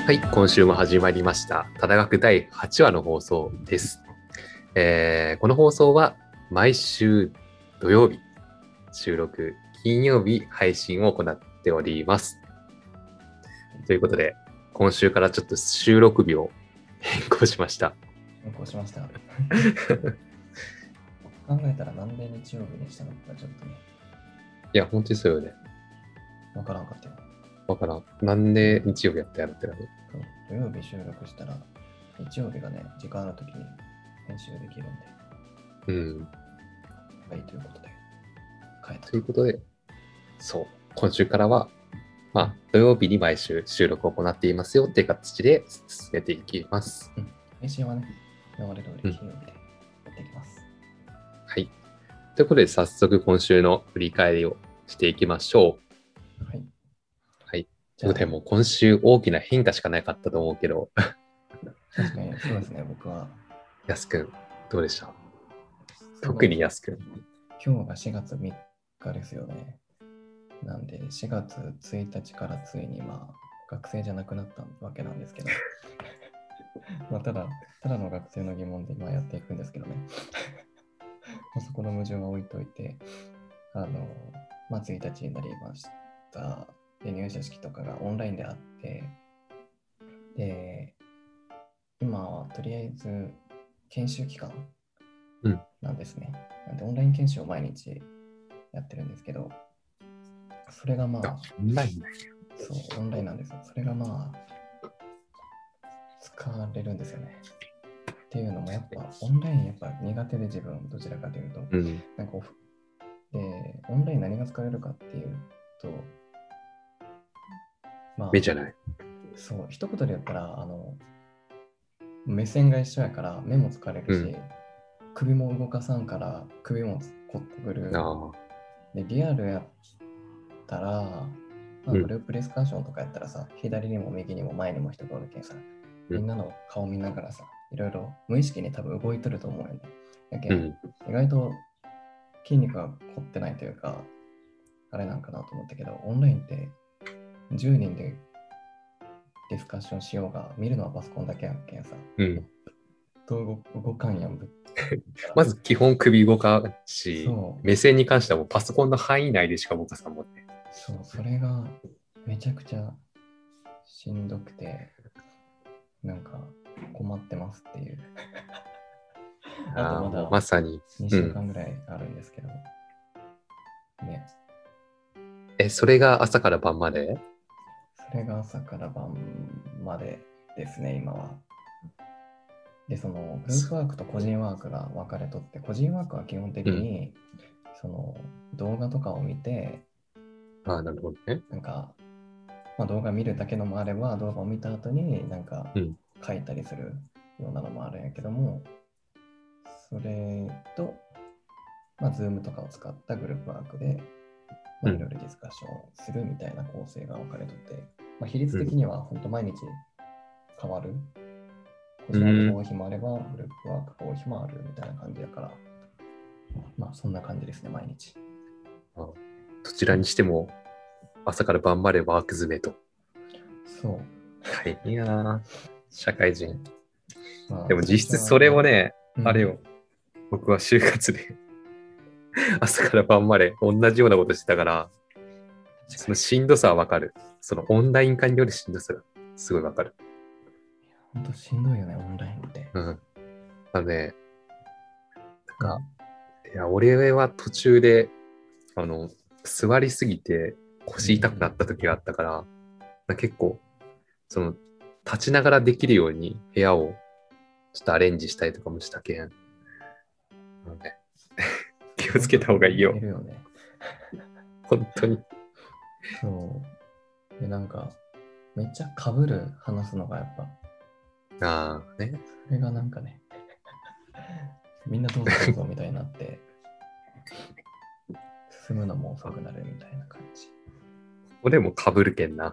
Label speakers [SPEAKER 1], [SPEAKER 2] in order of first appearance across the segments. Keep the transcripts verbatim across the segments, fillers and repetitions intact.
[SPEAKER 1] はい、今週も始まりました。ただ学だいはちわの放送です。えーこの放送は毎週土曜日収録、金曜日配信を行っております。ということで、今週からちょっと収録日を変更しました。
[SPEAKER 2] 変更しました。考えたらなんで日曜日にしたのかちょっとね、
[SPEAKER 1] いや、本当にそうよね。
[SPEAKER 2] わからんかったよ。
[SPEAKER 1] わからん。なんで日曜日やったやろってなる。
[SPEAKER 2] そう土曜日収録したら、日曜日がね、時間あるときに編集できるんで、
[SPEAKER 1] うん。
[SPEAKER 2] はい、ということで、変えた
[SPEAKER 1] ということで、そう、今週からは、まあ、土曜日に毎週収録を行っていますよっていう形で進めていきます。
[SPEAKER 2] うん、配信はね、流れ通り金曜日でやっていきます。
[SPEAKER 1] はい。ということで、早速今週の振り返りをしていきましょう。
[SPEAKER 2] はい。
[SPEAKER 1] はい。
[SPEAKER 2] じゃあ、
[SPEAKER 1] でも今週大きな変化しかなかったと思うけど、
[SPEAKER 2] 確かにそうですね、僕は。
[SPEAKER 1] やすくん、どうでした？特にやすくん。
[SPEAKER 2] 今日がしがつみっかですよね。なんで、しがつついたちからついに、まあ、学生じゃなくなったわけなんですけど、まあ、ただ、ただの学生の疑問で今やっていくんですけどね。まあそこの矛盾は置いといて、あの、まあ、ついたちになりました。で、入社式とかがオンラインであって、で、今はとりあえず研修期間
[SPEAKER 1] うん
[SPEAKER 2] なんですね。なんで、オンライン研修を毎日やってるんですけど、それがまあ、
[SPEAKER 1] オンラインだよ。
[SPEAKER 2] そう、オンラインなんですよ。それがまあ、疲れるんですよね。っていうのも、やっぱオンラインやっぱ苦手で自分、どちらかというと、
[SPEAKER 1] うん。
[SPEAKER 2] なんかオフで、オンライン何が疲れるかっていうと、まあ、
[SPEAKER 1] 目じゃない。
[SPEAKER 2] そう、一言で言ったら、あの、目線が一緒やから目も疲れるし、
[SPEAKER 1] うん
[SPEAKER 2] 首も動かさんから首も凝ってくる。
[SPEAKER 1] ああ。
[SPEAKER 2] で、リアルやったら、まあ、
[SPEAKER 1] うん
[SPEAKER 2] グループディスカッションとかやったらさ、左にも右にも前にも人がおるけんさ、
[SPEAKER 1] うん
[SPEAKER 2] みんなの顔見ながらさ、いろいろ無意識に多分動いとると思うよね。やけん、
[SPEAKER 1] うん。
[SPEAKER 2] 意外と筋肉が凝ってないというか、あれなんかなと思ったけど、オンラインってじゅうにんでディスカッションしようが、見るのはパソコンだけやんけんさ、
[SPEAKER 1] うん。
[SPEAKER 2] どう動動かんやんぶ。
[SPEAKER 1] まず基本首動かんし
[SPEAKER 2] そ、う
[SPEAKER 1] 目線に関してはもうパソコンの範囲内でしか動かさんもんね。
[SPEAKER 2] そう、それがめちゃくちゃしんどくて、なんか困ってますっていう。あとま
[SPEAKER 1] ああ、もう
[SPEAKER 2] だ
[SPEAKER 1] まさに。
[SPEAKER 2] にしゅうかんぐらいあるんですけど、ね、
[SPEAKER 1] え、それが朝から晩まで？
[SPEAKER 2] それが朝から晩までですね、今は。で、そのグループワークと個人ワークが分かれとって、個人ワークは基本的に、その動画とかを見て、
[SPEAKER 1] ああ、なるほどね。
[SPEAKER 2] なんか、まあ、動画見るだけのもあれば、動画を見た後になんか
[SPEAKER 1] うん。
[SPEAKER 2] 書いたりするようなのもあるんやけども、それと、まあ、Zoom とかを使ったグループワークで、まあ、
[SPEAKER 1] うん
[SPEAKER 2] いろいろディスカッションをするみたいな構成が分かれとって、まあ、比率的には本当毎日変わる。個人ワークが多い日もあれば、グループワークが多い日もあるみたいな感じだから、まあそんな感じですね、毎日。
[SPEAKER 1] あどちらにしても朝から晩までワーク詰めと。
[SPEAKER 2] そう。
[SPEAKER 1] 大変やな、社会人。
[SPEAKER 2] まあ、
[SPEAKER 1] でも実質それをね、
[SPEAKER 2] うん
[SPEAKER 1] あれよ、僕は就活で朝から晩まで同じようなことしてたから、そのしんどさはわかる。そのオンライン化によるしんどさがすごいわかる。
[SPEAKER 2] 本当しんどいよね、オンラインって。
[SPEAKER 1] うん。あのね、なんか、いや、俺は途中で、あの、座りすぎて腰痛くなった時があったから、なんか結構、その、立ちながらできるように部屋をちょっとアレンジしたりとかもしたけん。あのね、気をつけた方がいいよ。
[SPEAKER 2] いるよね。
[SPEAKER 1] 本当に。
[SPEAKER 2] そう。で、なんか、めっちゃかぶる話すのがやっぱ、
[SPEAKER 1] ああ、ね。
[SPEAKER 2] それがなんかね、みんなどうぞどうぞみたいになって、進むのも遅くなるみたいな感じ。
[SPEAKER 1] ここでもかぶるけんな。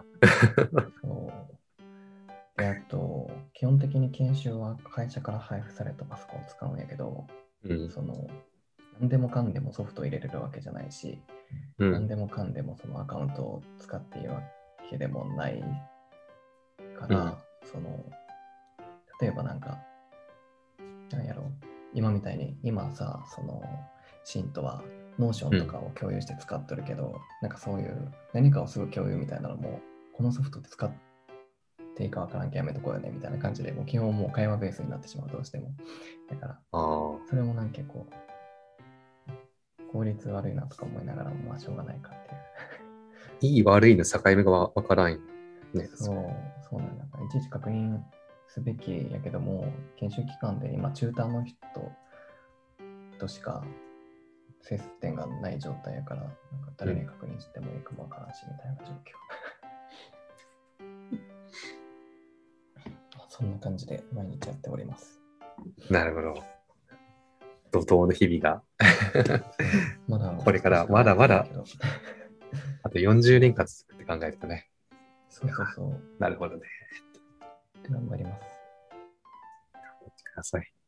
[SPEAKER 2] そう。で、あと、基本的に研修は会社から配布されたパソコンを使うんやけど、
[SPEAKER 1] うん。
[SPEAKER 2] その、何でもかんでもソフトを入れれるわけじゃないし、
[SPEAKER 1] うん。
[SPEAKER 2] 何でもかんでもそのアカウントを使っているわけでもないから、
[SPEAKER 1] うん
[SPEAKER 2] その、例えばなんか、なんやろう、今みたいに、今さ、その、シンとは、ノーションとかを共有して使ってるけど、うん、なんかそういう何かをすぐ共有みたいなのも、このソフトって使っていいかわからんけやめとこうよねみたいな感じで、もう基本もう会話ベースになってしまう、どうしても。だから、それもなんかこう、効率悪いなとか思いながらも、まあしょうがないかっていう。
[SPEAKER 1] いい悪いの境目がわからんよね。
[SPEAKER 2] そう、そうなんだ。いちいち確認すべきやけども、研修期間で今、中途の人としか接点がない状態やから、なんか誰に確認してもいいかもわからんし、みたいな状況。そんな感じで毎日やっております。
[SPEAKER 1] なるほど。怒涛の日々が
[SPEAKER 2] まだ
[SPEAKER 1] これからまだまだあとよんじゅうねんかん続くって考えるとね。
[SPEAKER 2] そうそうそう。
[SPEAKER 1] なるほどね。
[SPEAKER 2] 頑張ります。
[SPEAKER 1] 頑張ってください。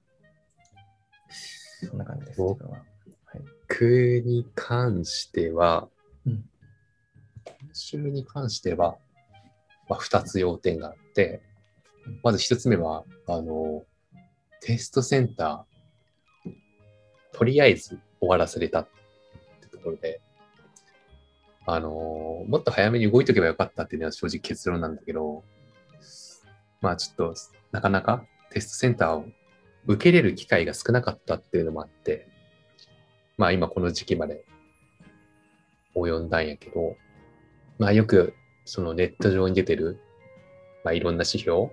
[SPEAKER 2] そんな感じです。自分は。はい、
[SPEAKER 1] 僕に関しては、
[SPEAKER 2] うん、
[SPEAKER 1] 今週に関しては、まあ、ふたつ要点があって、まずひとつめは、あの、テストセンター、とりあえず終わらせれたってところで、あの、もっと早めに動いとけばよかったっていうのは正直結論なんだけど、まあちょっと、なかなかテストセンターを受けれる機会が少なかったっていうのもあって、まあ今この時期まで及んだんやけど、まあよくそのネット上に出てる、まあいろんな指標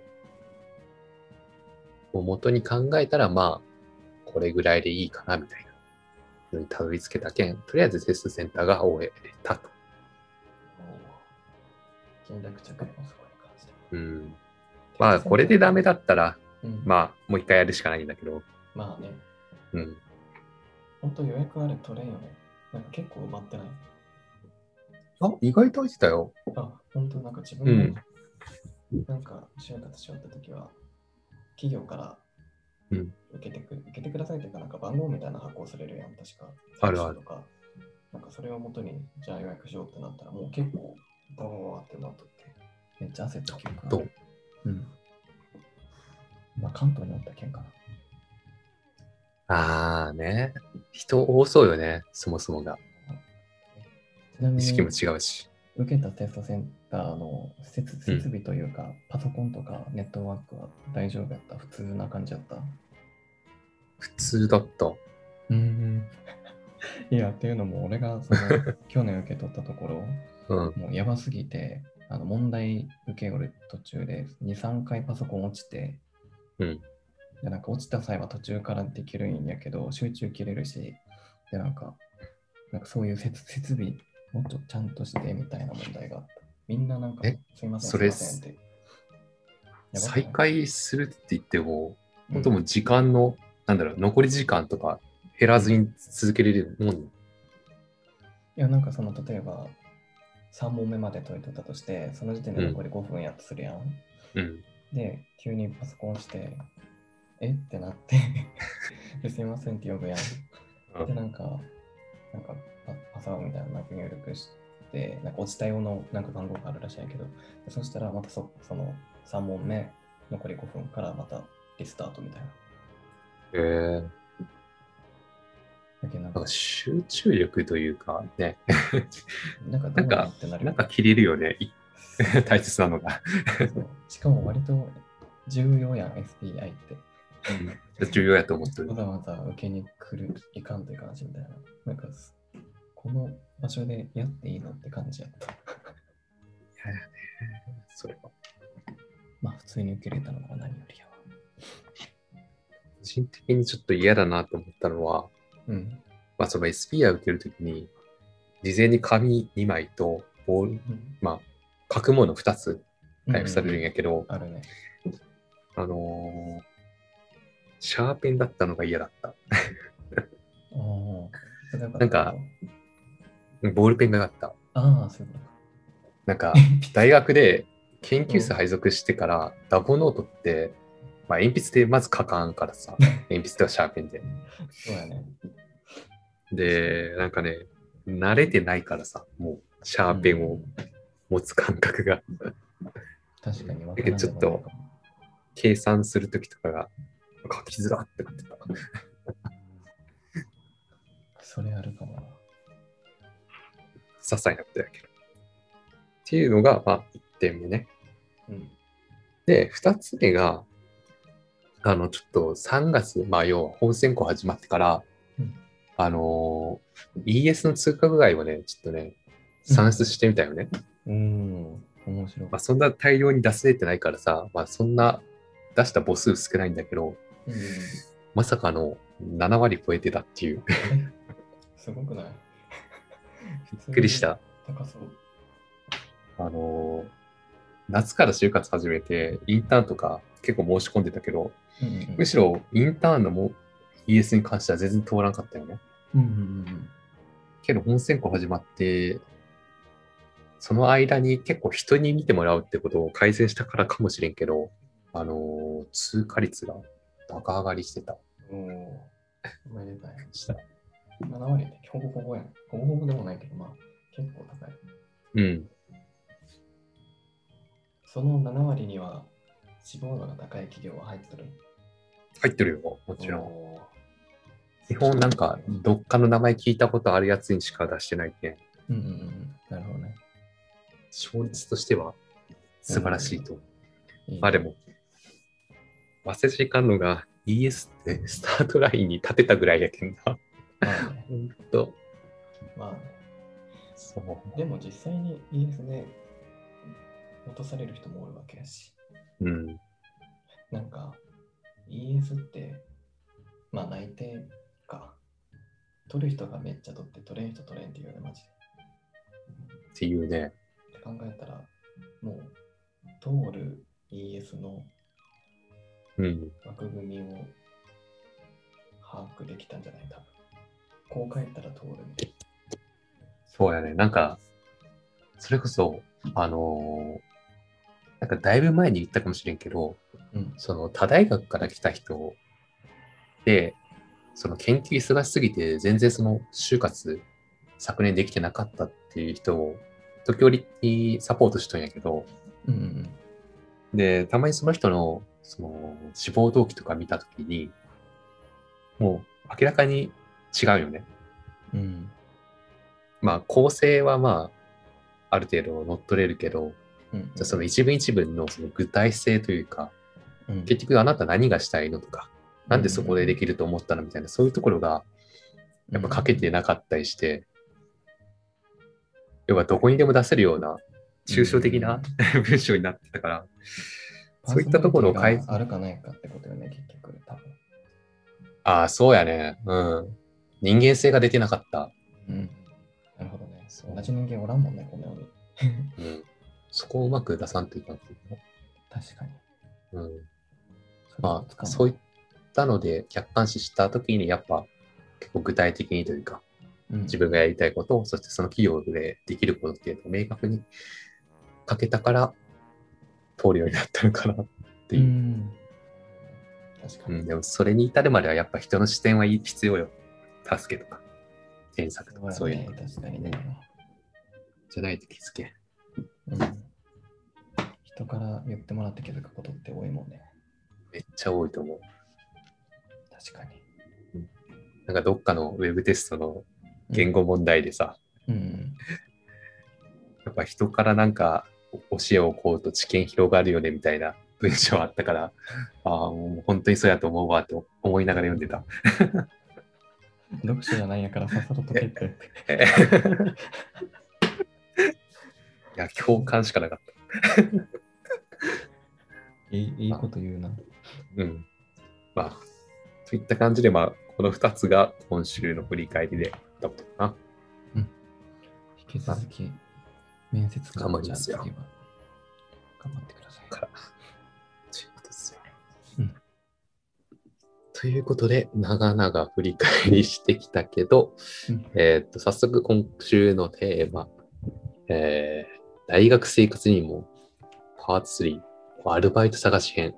[SPEAKER 1] を元に考えたら、まあこれぐらいでいいかなみたいなのにたどり着けたけん、とりあえずテストセンターが終えれたと。
[SPEAKER 2] 金額着もすごい感じて。
[SPEAKER 1] うん。まあこれでダメだったら、うん、まあもう一回やるしかないんだけど。
[SPEAKER 2] まあね。
[SPEAKER 1] うん。
[SPEAKER 2] 本当予約あれ取れんよね。なんか結構埋まってない。
[SPEAKER 1] あ、意外と空いてたよ。
[SPEAKER 2] あ、本当なんか自分が、なんか就活しよったときは、企業から受けてく、うん、受けてくださいというか、なんか番号みたいな発行されるやん、確か。
[SPEAKER 1] あるある。
[SPEAKER 2] とかなんかそれをもとに、じゃあ予約しようってなったら、もう結構、バーワーってなっとって、めっちゃ焦った記憶がある。うん。まあ、関東におったけんかな。
[SPEAKER 1] ああね。人多そうよね、そもそもが。
[SPEAKER 2] ちなみに
[SPEAKER 1] 意識も違うし。
[SPEAKER 2] 受けたテストセンターの設設備というか、うん、パソコンとかネットワークは大丈夫やった？普通な感じやった？
[SPEAKER 1] 普通だった。
[SPEAKER 2] うん。いや、っていうのも、俺がその去年受け取ったところ、うん、もうやばすぎて、あの問題受ける途中でに、さんかいパソコン落ちて、
[SPEAKER 1] うん、
[SPEAKER 2] でなんか落ちた際は途中からできるんやけど、集中切れるし、でなんか、なんかそういう設設備、もっとちゃんとしてみたいな問題があった。みんななんか、すいません、すいませんって。
[SPEAKER 1] 再開するって言っても、うん、本当もう時間の、なんだろう、残り時間とか減らずに続けれるもん、うん、
[SPEAKER 2] いや、なんかその、例えば、さん問目まで解いてたとして、その時点で残りごふんやとするやん。
[SPEAKER 1] うん、
[SPEAKER 2] で、急にパソコンして、えってなってすいませんって呼ぶやん。うん、で、なんか、なんかパ、パスワードみたいなの入力して、なんか落ちた用のなんか番号があるらしいんやけど、そしたらまた そ, そのさん問目、残りごふんからまたリスタートみたいな。へ
[SPEAKER 1] えー。だけどなんか集中力というかね。なんか、なんか、なんか切れるよね。大切なのが
[SPEAKER 2] そう。しかも割と重要やん、エスピーアイ って。
[SPEAKER 1] うん、重要やと思ってる。
[SPEAKER 2] わざわざ受けに来る、いかんという感じみたいな。なんか、この場所でやっていいのって感じやった。い
[SPEAKER 1] ややね、それは。
[SPEAKER 2] まあ、普通に受けれたのが何よりやわ。
[SPEAKER 1] 個人的にちょっと嫌だなと思ったのは、
[SPEAKER 2] うん、
[SPEAKER 1] まあ、その エスピーアイ 受けるときに、事前に紙にまいとボール、うん、まあ、書くものふたつ配布されるんやけど、
[SPEAKER 2] うんうん、あるね。
[SPEAKER 1] あのー、シャーペンだったのが嫌だった。なんか、ボールペンがあった。
[SPEAKER 2] ああ、そういうことか。
[SPEAKER 1] なんか、大学で研究室配属してから、ダボノートって、まあ、鉛筆でまず書かんからさ、鉛筆とかシャーペンで。
[SPEAKER 2] そうやね。
[SPEAKER 1] で、なんかね、慣れてないからさ、もうシャーペンを持つ感覚が。
[SPEAKER 2] 確かに分
[SPEAKER 1] だ
[SPEAKER 2] からん
[SPEAKER 1] けどちょっと
[SPEAKER 2] でもないかも。
[SPEAKER 1] 計算するときとかが書きづらってなってた。
[SPEAKER 2] それあるかもな。
[SPEAKER 1] 些細なことやけど。っていうのが、まあ、いってんめね。
[SPEAKER 2] うん。
[SPEAKER 1] で、ふたつめが、あの、ちょっとさんがつ、まあ、要は本選考始まってから、
[SPEAKER 2] うん
[SPEAKER 1] あのー、イーエス の通過具合をね、ちょっとね、算出してみたよね。
[SPEAKER 2] うーん。面白い。
[SPEAKER 1] まあ、そんな大量に出せれてないからさ、まあ、そんな出した母数少ないんだけど、
[SPEAKER 2] うん。
[SPEAKER 1] まさかのなな割超えてたっていう。
[SPEAKER 2] え、すごくない？
[SPEAKER 1] びっくりした。
[SPEAKER 2] 高そう。
[SPEAKER 1] あのー、夏から就活始めて、インターンとか結構申し込んでたけど、
[SPEAKER 2] うんうんうん
[SPEAKER 1] むしろインターンのも イーエス に関しては全然通らなかったよね。
[SPEAKER 2] うんうんうん
[SPEAKER 1] けど本選考始まって、その間に結構人に見てもらうってことを改善したからかもしれんけど、あのー、通過率が高上がりしてた。
[SPEAKER 2] うん。おお。おめでたい。
[SPEAKER 1] した
[SPEAKER 2] なな割ってほぼほぼやん。ほぼほぼでもないけど、まあ、結構高い。
[SPEAKER 1] うん。
[SPEAKER 2] そのなな割には志望度が高い企業は入ってる。
[SPEAKER 1] 入ってるよ、もちろん。
[SPEAKER 2] おー
[SPEAKER 1] 基本なんか、どっかの名前聞いたことあるやつにしか出してないけん、
[SPEAKER 2] うんうんうん。なるほどね。
[SPEAKER 1] 勝率としては素晴らしいと。
[SPEAKER 2] いいね
[SPEAKER 1] まあでも、忘れちゃいかんのが イーエス ってスタートラインに立てたぐらいやけんな。
[SPEAKER 2] まあね。
[SPEAKER 1] ほんと。
[SPEAKER 2] まあね。
[SPEAKER 1] そう。
[SPEAKER 2] でも実際に イーエス で落とされる人もおるわけやし。
[SPEAKER 1] うん。
[SPEAKER 2] なんか イーエス ってまあ内定か。取る人がめっちゃ取って取れん人取れんっていうよね、マジで。
[SPEAKER 1] っていうね。
[SPEAKER 2] って考えたら、もう通る イーエス の
[SPEAKER 1] うん。
[SPEAKER 2] 枠組みを把握できたんじゃない多分。こう書いたら通るみたい
[SPEAKER 1] そうやね。なんか、それこそ、あのーなんかだいぶ前に言ったかもしれんけど、
[SPEAKER 2] な。うん。
[SPEAKER 1] その他大学から来た人で、その研究忙しすぎて全然その就活昨年できてなかったっていう人を時折サポートしたんやけど、
[SPEAKER 2] うんうん
[SPEAKER 1] で、たまにその人のその志望動機とか見たときに、もう明らかに違うよね。
[SPEAKER 2] うん。うん
[SPEAKER 1] まあ構成はまあある程度乗っ取れるけど、
[SPEAKER 2] うんうん
[SPEAKER 1] じゃあその一文一文のその具体性というか、
[SPEAKER 2] うん
[SPEAKER 1] 結局あなた何がしたいのとか、なんでそこでできると思ったのみたいな、そういうところがやっぱ書けてなかったりして、要はどこにでも出せるような抽象的な文章になってたから、そういったところを変え
[SPEAKER 2] パーソナリティがあるかないかってことよね、結局、多分。
[SPEAKER 1] ああ、そうやね。うん。人間性が出てなかった。
[SPEAKER 2] うん。なるほどね。
[SPEAKER 1] そう
[SPEAKER 2] 同じ人間おらんもんね、この世に。
[SPEAKER 1] うん。そこをうまく出さんといかんっていうね。
[SPEAKER 2] 確かに。
[SPEAKER 1] うん。
[SPEAKER 2] それ
[SPEAKER 1] まあ、
[SPEAKER 2] 使う
[SPEAKER 1] そういったので客観視したときにやっぱ結構具体的にというか、
[SPEAKER 2] うん
[SPEAKER 1] 自分がやりたいことを、そしてその企業でできることっていうのを明確に書けたから通るようになったのかなっていう。
[SPEAKER 2] うん確かに。
[SPEAKER 1] うん、でもそれに至るまではやっぱ人の視点は必要よ。助けとか、添削とかそういうの。
[SPEAKER 2] 確かにね。
[SPEAKER 1] じゃないと気づけ。
[SPEAKER 2] うん。人から言ってもらって気づくことって多いもんね。
[SPEAKER 1] めっちゃ多いと思う。
[SPEAKER 2] 確かに。
[SPEAKER 1] なんかどっかのウェブテストの言語問題でさ、
[SPEAKER 2] うん。うん
[SPEAKER 1] やっぱ人からなんか教えを請うと知見広がるよねみたいな文章あったから、ああ、もう本当にそうやと思うわと思いながら読んでた。
[SPEAKER 2] 読書じゃないんやからさっさと解けって。
[SPEAKER 1] いや、共感しかなかっ
[SPEAKER 2] いいいいこと言うな。
[SPEAKER 1] た。うん。まあ、といった感じで、まあ、このふたつが今週の振り返りでだったかな。
[SPEAKER 2] 引き続き、面接官
[SPEAKER 1] 頑張りますよ
[SPEAKER 2] じゃあ次は頑張ってください。
[SPEAKER 1] から。ということですよ。
[SPEAKER 2] うん
[SPEAKER 1] ということで、長々振り返りしてきたけど、
[SPEAKER 2] うん
[SPEAKER 1] えーっと、早速今週のテーマ、えー大学生活にもパートスリー、アルバイト探し編、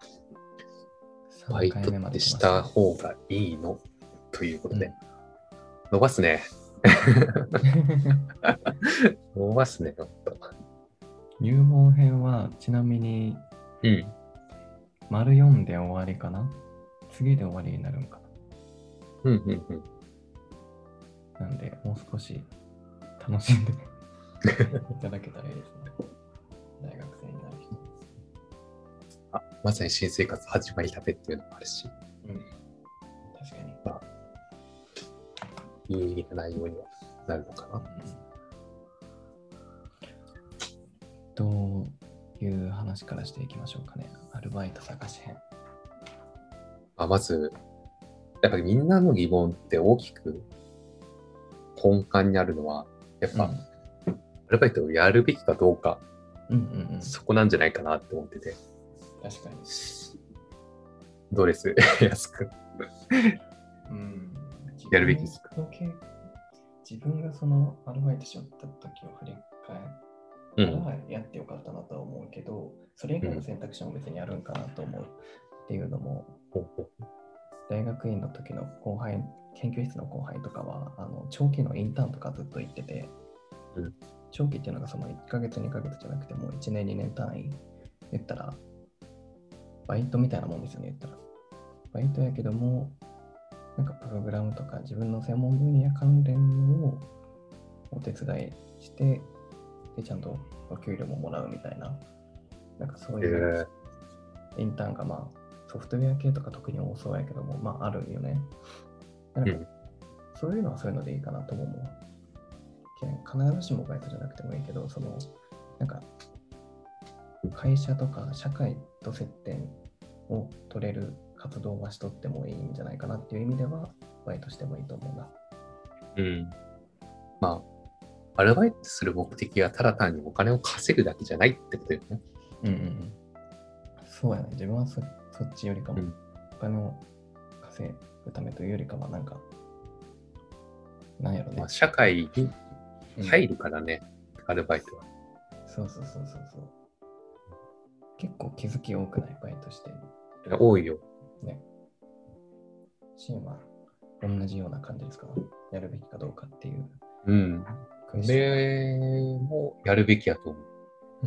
[SPEAKER 1] バイトってした方がいいのということで、
[SPEAKER 2] うん
[SPEAKER 1] 伸ばすね。伸ばすね、ほんと。
[SPEAKER 2] 入門編はちなみに
[SPEAKER 1] うん。
[SPEAKER 2] 丸よんで終わりかな。次で終わりになるんか
[SPEAKER 1] うんうんうん。
[SPEAKER 2] な。なんで、もう少し楽しんでいただけたらいいですね。大学生になる人。
[SPEAKER 1] あ、まさに新生活始まりたてっていうのもあるし、
[SPEAKER 2] うん。確かに。
[SPEAKER 1] まあ、有意義な内容にはなるのかな。
[SPEAKER 2] うん、どういう話からしていきましょうかね。アルバイト探し編。
[SPEAKER 1] まあ、まず、やっぱりみんなの疑問って大きく根幹にあるのは、やっぱ、
[SPEAKER 2] うん
[SPEAKER 1] アルバイトをやるべきかどうか、
[SPEAKER 2] うんうんうん。
[SPEAKER 1] そこなんじゃないかなって思ってて。
[SPEAKER 2] 確かに。
[SPEAKER 1] どうです安くん。
[SPEAKER 2] うん。
[SPEAKER 1] やるべきですか？
[SPEAKER 2] 自分がそのアルバイトしよった時を振り返ったらやってよかったなとは思うけど、それ以外の選択肢も別にあるんかなと思うっていうのも、
[SPEAKER 1] ほうほう
[SPEAKER 2] 大学院の時の後輩、研究室の後輩とかは、あの長期のインターンとかずっと行ってて、
[SPEAKER 1] うん、
[SPEAKER 2] 長期っていうのがそのいっかげつ、にかげつじゃなくてもういちねん、にねん単位言ったら、バイトみたいなもんですよね、言ったら。バイトやけども、なんかプログラムとか自分の専門分野関連をお手伝いして、で、ちゃんとお給料ももらうみたいな、なんかそういうインターンがまあ、ソフトウェア系とか特に多そうやけども、まああるよね。なんか、そういうのはそういうのでいいかなとも思う。必ずしもバイトじゃなくてもいいけど、その、なんか、会社とか社会と接点を取れる活動はしとってもいいんじゃないかなっていう意味では、バイトしてもいいと思うな。
[SPEAKER 1] うん。まあ、アルバイトする目的がただ単にお金を稼ぐだけじゃないってことよね。
[SPEAKER 2] うんうんうん。そうやね。自分は そ, そっちよりかも、うん、お金を稼ぐためというよりかは、なんか、なんやろね。
[SPEAKER 1] まあ、社会に入るからね、うん、アルバイトは。
[SPEAKER 2] そうそうそうそうそう。結構気づき多くないバイトして
[SPEAKER 1] る。多いよ。
[SPEAKER 2] ね。シーンは同じような感じですか？やるべきかどうかっていう。
[SPEAKER 1] うん。これもやるべきやと思う。うん。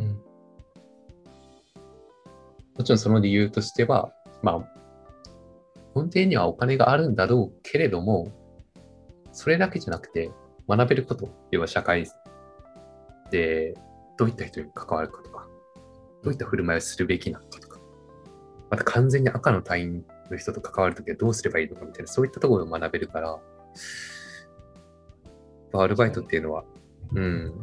[SPEAKER 1] もちろんその理由としては、まあ、根底にはお金があるんだろうけれども、それだけじゃなくて、学べること、要は社会でどういった人に関わるかとか、どういった振る舞いをするべきなのかとか、また完全に赤の隊員の人と関わるときはどうすればいいのかみたいな、そういったところを学べるから、アルバイトっていうのは、うん、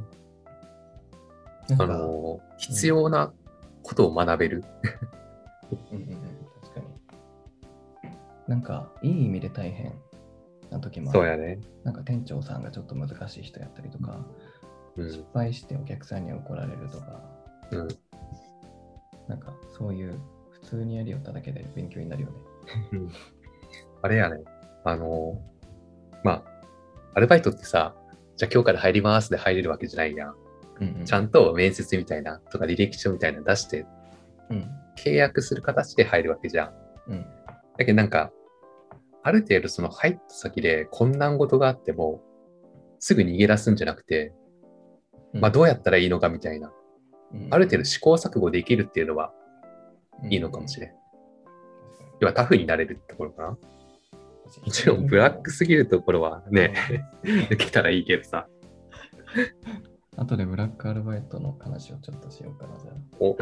[SPEAKER 1] あの、必要なことを学べる。
[SPEAKER 2] うんうんうん、確かに。なんか、いい意味で大変な時もある。
[SPEAKER 1] そうやね。
[SPEAKER 2] なんか店長さんがちょっと難しい人やったりとか、うん、失敗してお客さんに怒られるとか、うん、なんかそういう普通にやりよっただけで勉強になるよね。
[SPEAKER 1] うん、あれやね、あの、まあ、アルバイトってさ、じゃあ今日から入りますで入れるわけじゃないやん。うんうん、ちゃんと面接みたいなとか履歴書みたいなの出して、うん、契約する形で入るわけじゃん。うん、だけどなんか、ある程度その入った先で困難事があっても、すぐ逃げ出すんじゃなくて、うん、まあどうやったらいいのかみたいな、うん、ある程度試行錯誤できるっていうのはいいのかもしれん。うん、要はタフになれるところかな。もちろんブラックすぎるところはね、抜けたらいいけどさ。
[SPEAKER 2] 後でブラックアルバイトの話をちょっとしようかな、じゃあ。
[SPEAKER 1] お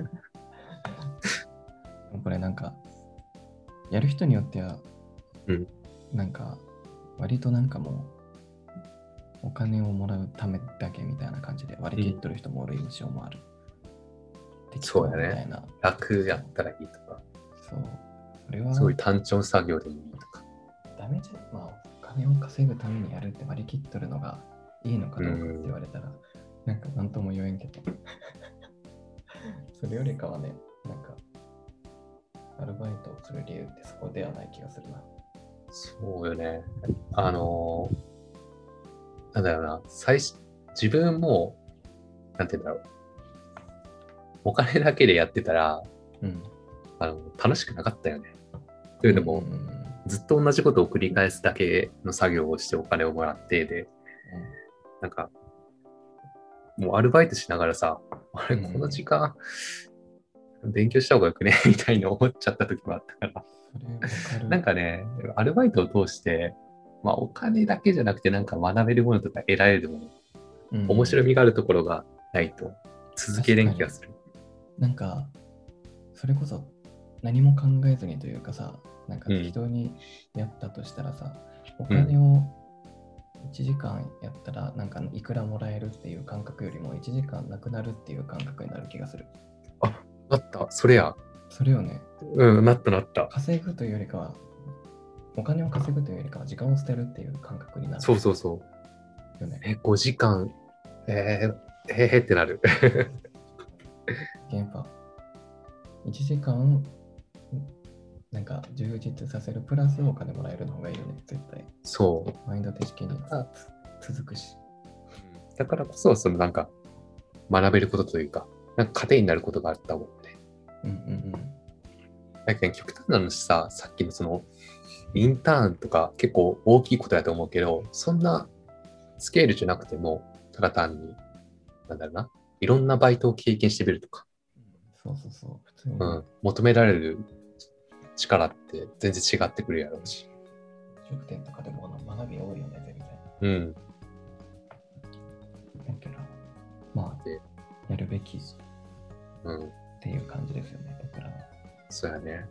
[SPEAKER 2] これなんか、やる人によっては、
[SPEAKER 1] うん、
[SPEAKER 2] なんか、割となんかもう、お金をもらうためだけみたいな感じで割り切っとる人もおる印象もある。
[SPEAKER 1] うん、そうやね。楽やったらいいとか。
[SPEAKER 2] そう。それは
[SPEAKER 1] すごい単調作業でもいいとか。
[SPEAKER 2] ダメじゃん。まあ、お金を稼ぐためにやるって割り切っとるのがいいのかどうかって言われたら、うん、なんか何とも言えんけど。それよりかはね、なんか、アルバイトをする理由ってそこではない気がするな。
[SPEAKER 1] そうよね。あのー、なんだろうな、最初、自分も、なんて言うんだろう。お金だけでやってたら、うん、あの楽しくなかったよね。というのも、うんうんうん、ずっと同じことを繰り返すだけの作業をしてお金をもらってで、うん、なんか、もうアルバイトしながらさ、 あれ、この時間、勉強した方がよくねみたいに思っちゃった時もあったから。
[SPEAKER 2] それわかる。
[SPEAKER 1] なんかね、アルバイトを通して、まあお金だけじゃなくてなんか学べるものとか得られるもの、
[SPEAKER 2] うん
[SPEAKER 1] 面白みがあるところがないと続けれん気がする。
[SPEAKER 2] なんか、それこそ何も考えずにというかさ、なんか適当にやったとしたらさ、うん、お金をいちじかんやったらなんかいくらもらえるっていう感覚よりもいちじかんなくなるっていう感覚になる気がする。
[SPEAKER 1] あ、なった。それや。
[SPEAKER 2] それよね。
[SPEAKER 1] うん、なったなった。
[SPEAKER 2] 稼ぐというよりかは、お金を稼ぐというよりかは時間を捨てるっていう感覚になる。
[SPEAKER 1] そうそうそう。よね、え、ごじかん、えー、へへってなる。
[SPEAKER 2] やっぱ、いちじかん、なんか充実させるプラスお金もらえるの方がいいよね、絶対。
[SPEAKER 1] そう。
[SPEAKER 2] マインド的に続くし。
[SPEAKER 1] だからこそ、そのなんか、学べることというか、なんか糧になることがあったもんね。
[SPEAKER 2] うんうんうん。
[SPEAKER 1] だけど極端なのしさ、さっきのその、インターンとか結構大きいことだと思うけど、そんなスケールじゃなくても、ただ単に、なんだろうな、いろんなバイトを経験してみるとか、
[SPEAKER 2] そうそうそう、普通に、
[SPEAKER 1] うん、求められる力って全然違ってくるやろうし。
[SPEAKER 2] 飲食店とかでも学び多いよね、全然。
[SPEAKER 1] うん。
[SPEAKER 2] だけど、まあ、やるべきっていう感じですよね、僕らは。
[SPEAKER 1] そうやね。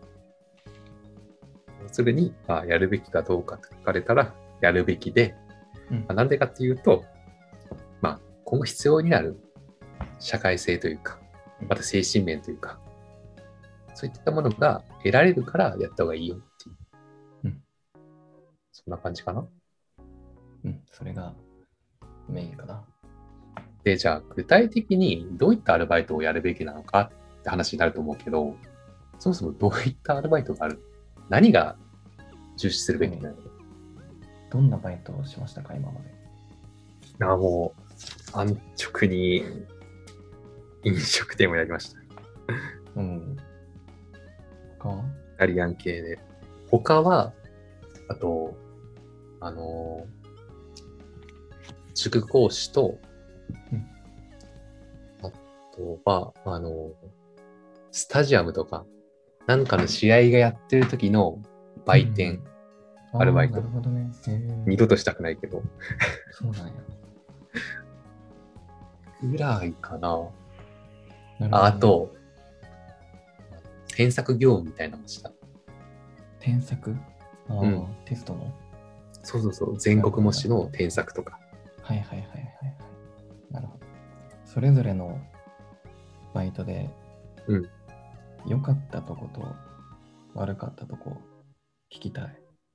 [SPEAKER 1] すぐに、まあ、やるべきかどうかと聞かれたら、やるべきで、うんまあ、なんでかっていうと、まあ、今後必要になる社会性というか、また精神面というか、そういったものが得られるからやった方がいいよっていう。うん。そんな感じかな。
[SPEAKER 2] うん、それがメインかな。
[SPEAKER 1] で、じゃあ、具体的にどういったアルバイトをやるべきなのかって話になると思うけど、そもそもどういったアルバイトがある？何が重視するべきなの？
[SPEAKER 2] どんなバイトをしましたか、今まで。
[SPEAKER 1] あ、もう、安直に飲食店をやりました。
[SPEAKER 2] うん。他は？
[SPEAKER 1] イタリアン系で。他は、あと、あの、塾講師と、うん、あとは、あの、スタジアムとか、なんかの試合がやってる時の売店、うん、アルバイト。
[SPEAKER 2] なるほどね。
[SPEAKER 1] 二度としたくないけど。
[SPEAKER 2] そうなんや。
[SPEAKER 1] ぐらいかな。
[SPEAKER 2] なるほどね、
[SPEAKER 1] あ, あと、添削業務みたいなのをした。
[SPEAKER 2] 添削？ああ、うん、テストの？
[SPEAKER 1] そうそうそう。全国模試の添削とか。
[SPEAKER 2] はいはいはいはいはい。なるほど。それぞれのバイトで、
[SPEAKER 1] うん。
[SPEAKER 2] 良かったとこと悪かったとこ聞きたい。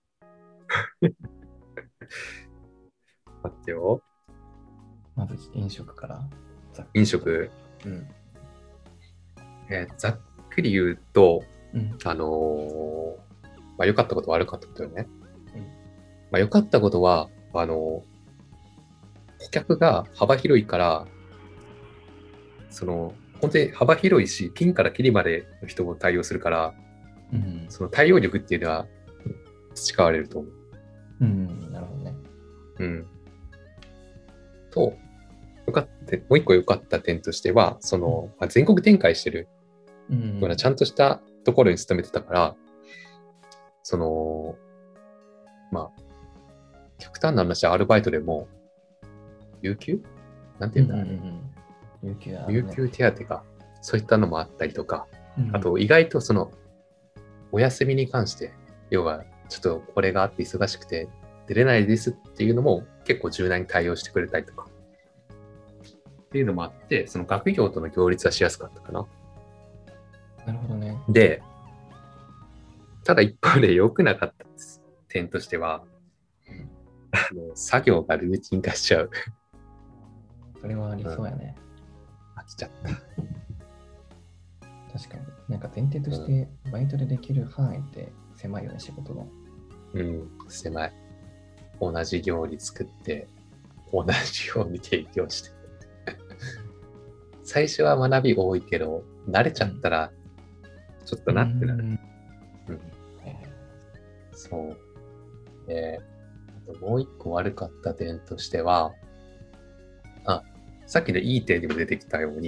[SPEAKER 1] 待ってよ。
[SPEAKER 2] まず飲食から。
[SPEAKER 1] 飲食。
[SPEAKER 2] うん。
[SPEAKER 1] えー、ざっくり言うと、
[SPEAKER 2] うん、
[SPEAKER 1] あのー、まあ良かったこと悪かったことよね。
[SPEAKER 2] うん、
[SPEAKER 1] まあ良かったことは、あのー、顧客が幅広いから、その、本当に幅広いし、ピンからキリまでの人を対応するから、
[SPEAKER 2] うん、
[SPEAKER 1] その対応力っていうのは培われると思う。
[SPEAKER 2] うん、なるほどね。
[SPEAKER 1] うん。と、よかった、もう一個良かった点としては、その、まあ、全国展開してるようなちゃんとしたところに勤めてたから、その、まあ、極端な話、アルバイトでも、有給なんていうんだろう、
[SPEAKER 2] うんうんうん、有給だね、
[SPEAKER 1] 有給手当が、そういったのもあったりとか、
[SPEAKER 2] うん、
[SPEAKER 1] あと意外とその、お休みに関して、要は、ちょっとこれがあって忙しくて出れないですっていうのも結構柔軟に対応してくれたりとか、っていうのもあって、その学業との両立はしやすかったかな。
[SPEAKER 2] なるほどね。
[SPEAKER 1] で、ただ一方で良くなかった点としては、あの作業がルーティン化しちゃう。
[SPEAKER 2] それはありそうやね。
[SPEAKER 1] うん、飽きちゃった。
[SPEAKER 2] 確かに。なんか前提としてバイトでできる範囲って狭いよね、仕事の。
[SPEAKER 1] うん、狭い。同じ料理作って、同じように提供して。最初は学び多いけど、慣れちゃったら、ちょっとなってなる。うん。うん、そう。で、あともう一個悪かった点としては、あ、さっきのいい点にも出てきたように、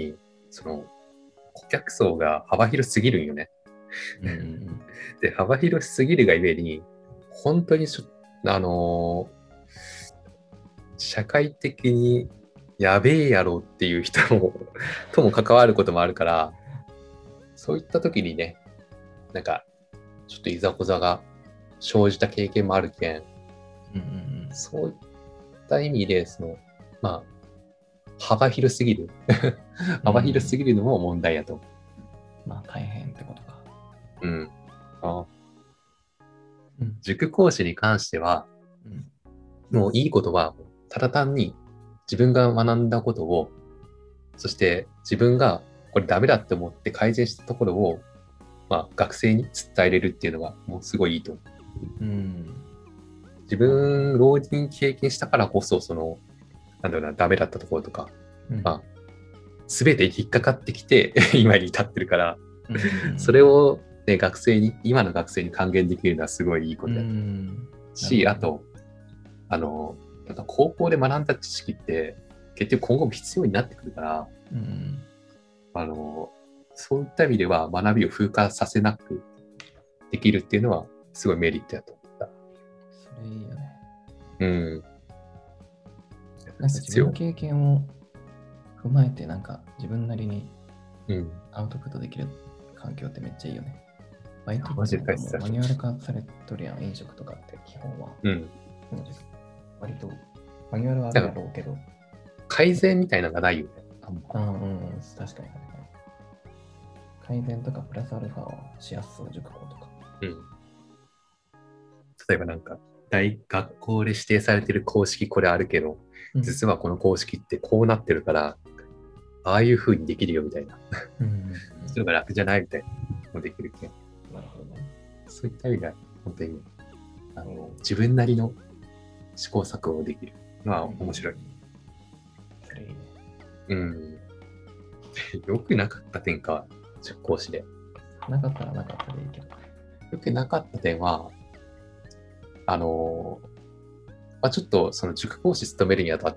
[SPEAKER 1] その顧客層が幅広すぎるんよね。
[SPEAKER 2] うんうん
[SPEAKER 1] で、幅広すぎるがゆえに、本当にしょ、あのー社会的にやべえやろっていう人もとも関わることもあるから、そういった時にね、なんか、ちょっといざこざが生じた経験もあるけん、
[SPEAKER 2] うんうんうん
[SPEAKER 1] そういった意味で、その、まあ、幅広すぎる。幅広すぎるのも問題やと。
[SPEAKER 2] まあ大変ってことか。
[SPEAKER 1] うん。あ
[SPEAKER 2] うん
[SPEAKER 1] 塾講師に関しては、
[SPEAKER 2] うん
[SPEAKER 1] もういいことは、ただ単に自分が学んだことを、そして自分がこれダメだって思って改善したところを、まあ、学生に伝えれるっていうのがもうすごいいいと思う。
[SPEAKER 2] うん
[SPEAKER 1] 自分、浪人経験したからこそ、その、なんだろうな、ダメだったところとか、
[SPEAKER 2] うん
[SPEAKER 1] まあ、すべて引っかかってきて、今に至ってるから、
[SPEAKER 2] うん
[SPEAKER 1] それを、ね、学生に、今の学生に還元できるのはすごいいいこと
[SPEAKER 2] う
[SPEAKER 1] だ
[SPEAKER 2] ん
[SPEAKER 1] し、あ
[SPEAKER 2] なるほど
[SPEAKER 1] と、あの、なんか高校で学んだ知識って、結局今後も必要になってくるから、
[SPEAKER 2] うん
[SPEAKER 1] あの、そういった意味では学びを風化させなくできるっていうのは、すごいメリットだと思った。
[SPEAKER 2] それいいよね。
[SPEAKER 1] うん。
[SPEAKER 2] なんか自分の経験を踏まえて、なんか自分なりに
[SPEAKER 1] うん。
[SPEAKER 2] アウトプットできる環境ってめっちゃいいよね。バイト
[SPEAKER 1] マジで
[SPEAKER 2] ってなんかも
[SPEAKER 1] 大切だ
[SPEAKER 2] うマニュアル化されとるやん、飲食とかって基本は。
[SPEAKER 1] うん。
[SPEAKER 2] でも割とマニュアルはあるやろうけど。
[SPEAKER 1] 改善みたいなのがないよね。あんま
[SPEAKER 2] ああ、うん、確かに。改善とかプラスアルファをしやすそう、塾校とか。
[SPEAKER 1] うん。例えばなんか、大学校で指定されてる公式これあるけど、
[SPEAKER 2] うん
[SPEAKER 1] 実はこの公式ってこうなってるから、ああいう風にできるよみたいな。
[SPEAKER 2] うん
[SPEAKER 1] それが楽じゃないみたいなのもできるけん。
[SPEAKER 2] なるほどね。
[SPEAKER 1] そういった意味では、本当に、あの、自分なりの試行錯誤できるのは面白い。
[SPEAKER 2] それいいね。
[SPEAKER 1] うん。よくなかった点か、塾講師で。
[SPEAKER 2] なかったらなかったでいいけど。
[SPEAKER 1] よくなかった点は、あの、まあ、ちょっとその塾講師務めるにあたって、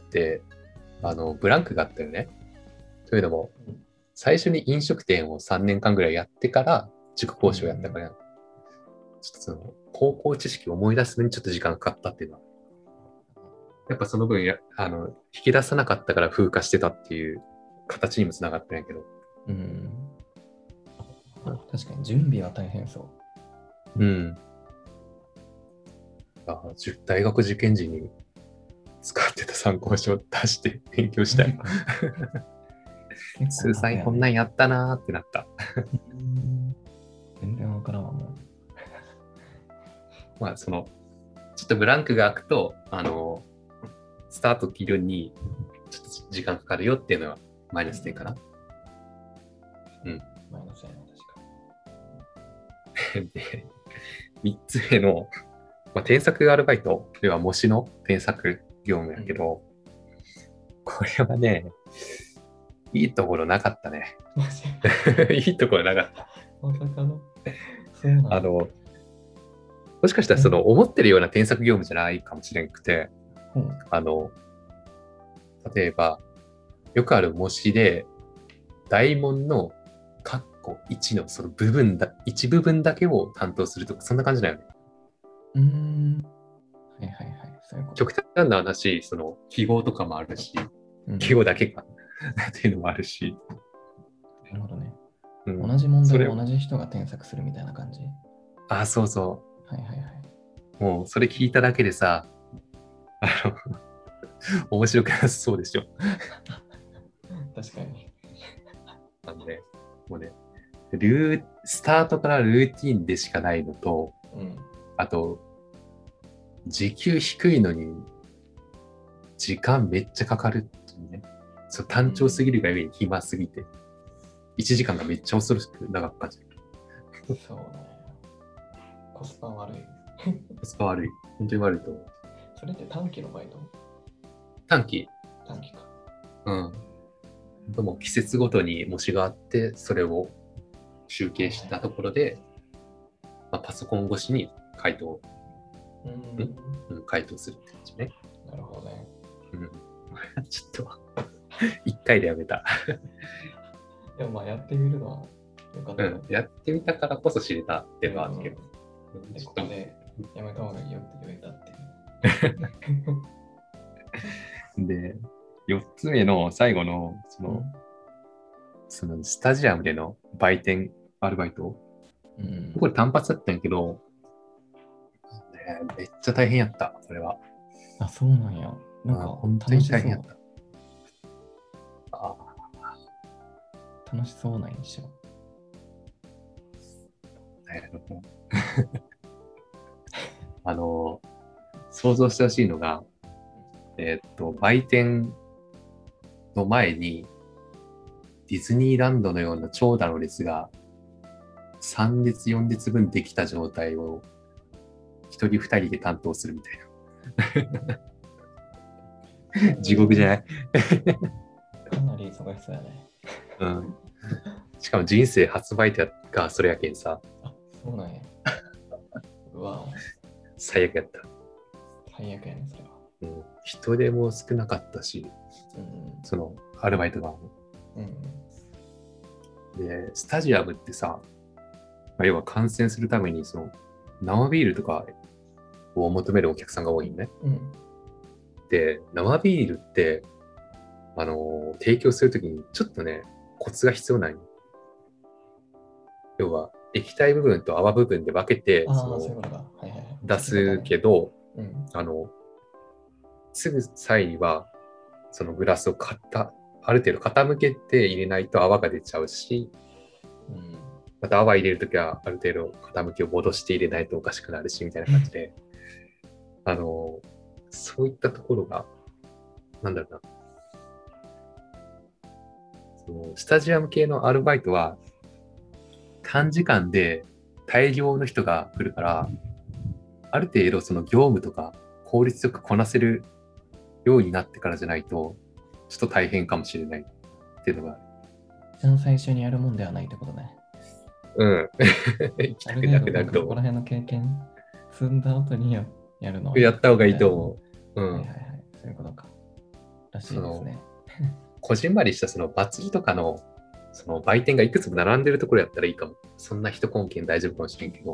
[SPEAKER 1] あの、ブランクがあったよね。というのも、最初に飲食店をさんねんかんぐらいやってから塾講師をやったから、ちょっとその高校知識を思い出すのにちょっと時間がかかったっていうのは、やっぱその分や、あの、引き出さなかったから風化してたっていう形にもつながったんやけど。
[SPEAKER 2] うん。確かに準備は大変そう。
[SPEAKER 1] うん。あじゅ大学受験時に使ってた参考書を出して勉強したい。通算こんなんやったなーってなった。
[SPEAKER 2] うん全然わからんわ、もう。
[SPEAKER 1] まあ、その、ちょっとブランクが空くと、あの、スタート切るに、ちょっと時間かかるよっていうのはマイナス点かな。
[SPEAKER 2] マイナスやな、確か
[SPEAKER 1] で、みっつめの、まあ、添削アルバイトでは模試の添削業務やけど、これはね、いいところなかったね。
[SPEAKER 2] に。マジ
[SPEAKER 1] いいところなかった。
[SPEAKER 2] まさかの。そうなんだ。
[SPEAKER 1] あの、もしかしたらその思ってるような添削業務じゃないかもしれんくて、
[SPEAKER 2] うん
[SPEAKER 1] あの、例えば、よくある模試で、大問の括弧いちのその部分だ、一部分だけを担当するとか、そんな感じだよね。
[SPEAKER 2] うーん。はいはいはい。そういうこと。
[SPEAKER 1] 極端な話、その記号とかもあるし、
[SPEAKER 2] うん
[SPEAKER 1] 記号だけかっていうのもあるし、
[SPEAKER 2] なるほどね。
[SPEAKER 1] うん
[SPEAKER 2] 同じ問
[SPEAKER 1] それ
[SPEAKER 2] 題を同じ人が添削するみたいな感じ。
[SPEAKER 1] あ、そうそ
[SPEAKER 2] はいはいはい。
[SPEAKER 1] う。もうそれ聞いただけでさ、あの、面白くなさそうでしょ。
[SPEAKER 2] 確かに。
[SPEAKER 1] なんで、もうね、ルー、スタートからルーティンでしかないのと、
[SPEAKER 2] うん。
[SPEAKER 1] あと、時給低いのに、時間めっちゃかかるっていうね。そう単調すぎるがゆえに暇すぎて、いちじかんがめっちゃ恐ろしく長く感じる。
[SPEAKER 2] そうね。コスパ悪い。
[SPEAKER 1] コスパ悪い。本当に悪いと思う。
[SPEAKER 2] それって短期のバイト
[SPEAKER 1] 短期。
[SPEAKER 2] 短期か。
[SPEAKER 1] うん。でも季節ごとに模試があって、それを集計したところで、まあ、パソコン越しに回答、
[SPEAKER 2] うん。
[SPEAKER 1] うん、回答するって感じね。
[SPEAKER 2] なるほどね。
[SPEAKER 1] うん。ちょっと、一回でやめた。
[SPEAKER 2] でもまあやってみるのはよかったね。
[SPEAKER 1] うん、やってみたからこそ知れたっていうのはあるけど。
[SPEAKER 2] で、
[SPEAKER 1] ちょっと
[SPEAKER 2] ここでやめた方がいいよって言えたっていう。
[SPEAKER 1] で、よっつめの最後の、その、
[SPEAKER 2] うん
[SPEAKER 1] そのスタジアムでの売店アルバイト。
[SPEAKER 2] うん
[SPEAKER 1] これ単発だったんやけど、ね、めっちゃ大変やった、それは。
[SPEAKER 2] あ、そうなんや。なんか
[SPEAKER 1] あ本当
[SPEAKER 2] 楽しそう
[SPEAKER 1] に大変やっ。た。あ
[SPEAKER 2] 楽しそうな印象。
[SPEAKER 1] あのあの、想像してほしいのが、えーっと、売店の前にディズニーランドのような長蛇の列がさん列よん列分できた状態をひとりふたりで担当するみたいな。地獄じゃない？
[SPEAKER 2] かなり忙しそうやね。
[SPEAKER 1] うん。しかも人生初売店がそれやけんさ、
[SPEAKER 2] あ、そうなんや。うわ、
[SPEAKER 1] 最悪やった。
[SPEAKER 2] 最悪やね、それは。
[SPEAKER 1] うん、人手も少なかったし、
[SPEAKER 2] うん
[SPEAKER 1] そのアルバイトが。
[SPEAKER 2] うん。
[SPEAKER 1] で、スタジアムってさ、まあ要は観戦するためにその生ビールとかを求めるお客さんが多いんね。
[SPEAKER 2] うん。
[SPEAKER 1] で、生ビールって、あのー提供するときにちょっとね、コツが必要ない。要は、液体部分と泡部分で分けて、
[SPEAKER 2] ああ、
[SPEAKER 1] その
[SPEAKER 2] そういうことか。はいはいはい。
[SPEAKER 1] 出すけど、
[SPEAKER 2] うん。
[SPEAKER 1] あの、すぐ際には、そのグラスをかた、ある程度傾けて入れないと泡が出ちゃうし、
[SPEAKER 2] うん。
[SPEAKER 1] また泡入れるときはある程度傾きを戻して入れないとおかしくなるし、みたいな感じで、あの、そういったところが、なんだろうな、そのスタジアム系のアルバイトは、短時間で大量の人が来るから、ある程度その業務とか効率よくこなせるようになってからじゃないと、ちょっと大変かもしれないっていうのがある。
[SPEAKER 2] 一番最初にやるもんではないってことね。
[SPEAKER 1] うん。行きたくなくなると
[SPEAKER 2] ここら辺の経験積んだ後にややるのは
[SPEAKER 1] やった方がいいと思う。うん。
[SPEAKER 2] はいはいはい。そういうことか。らしいですね。
[SPEAKER 1] こじんまりしたその祭りとかのその売店がいくつも並んでるところやったらいいかも。そんな人根気大丈夫かもしれんけど、
[SPEAKER 2] うん。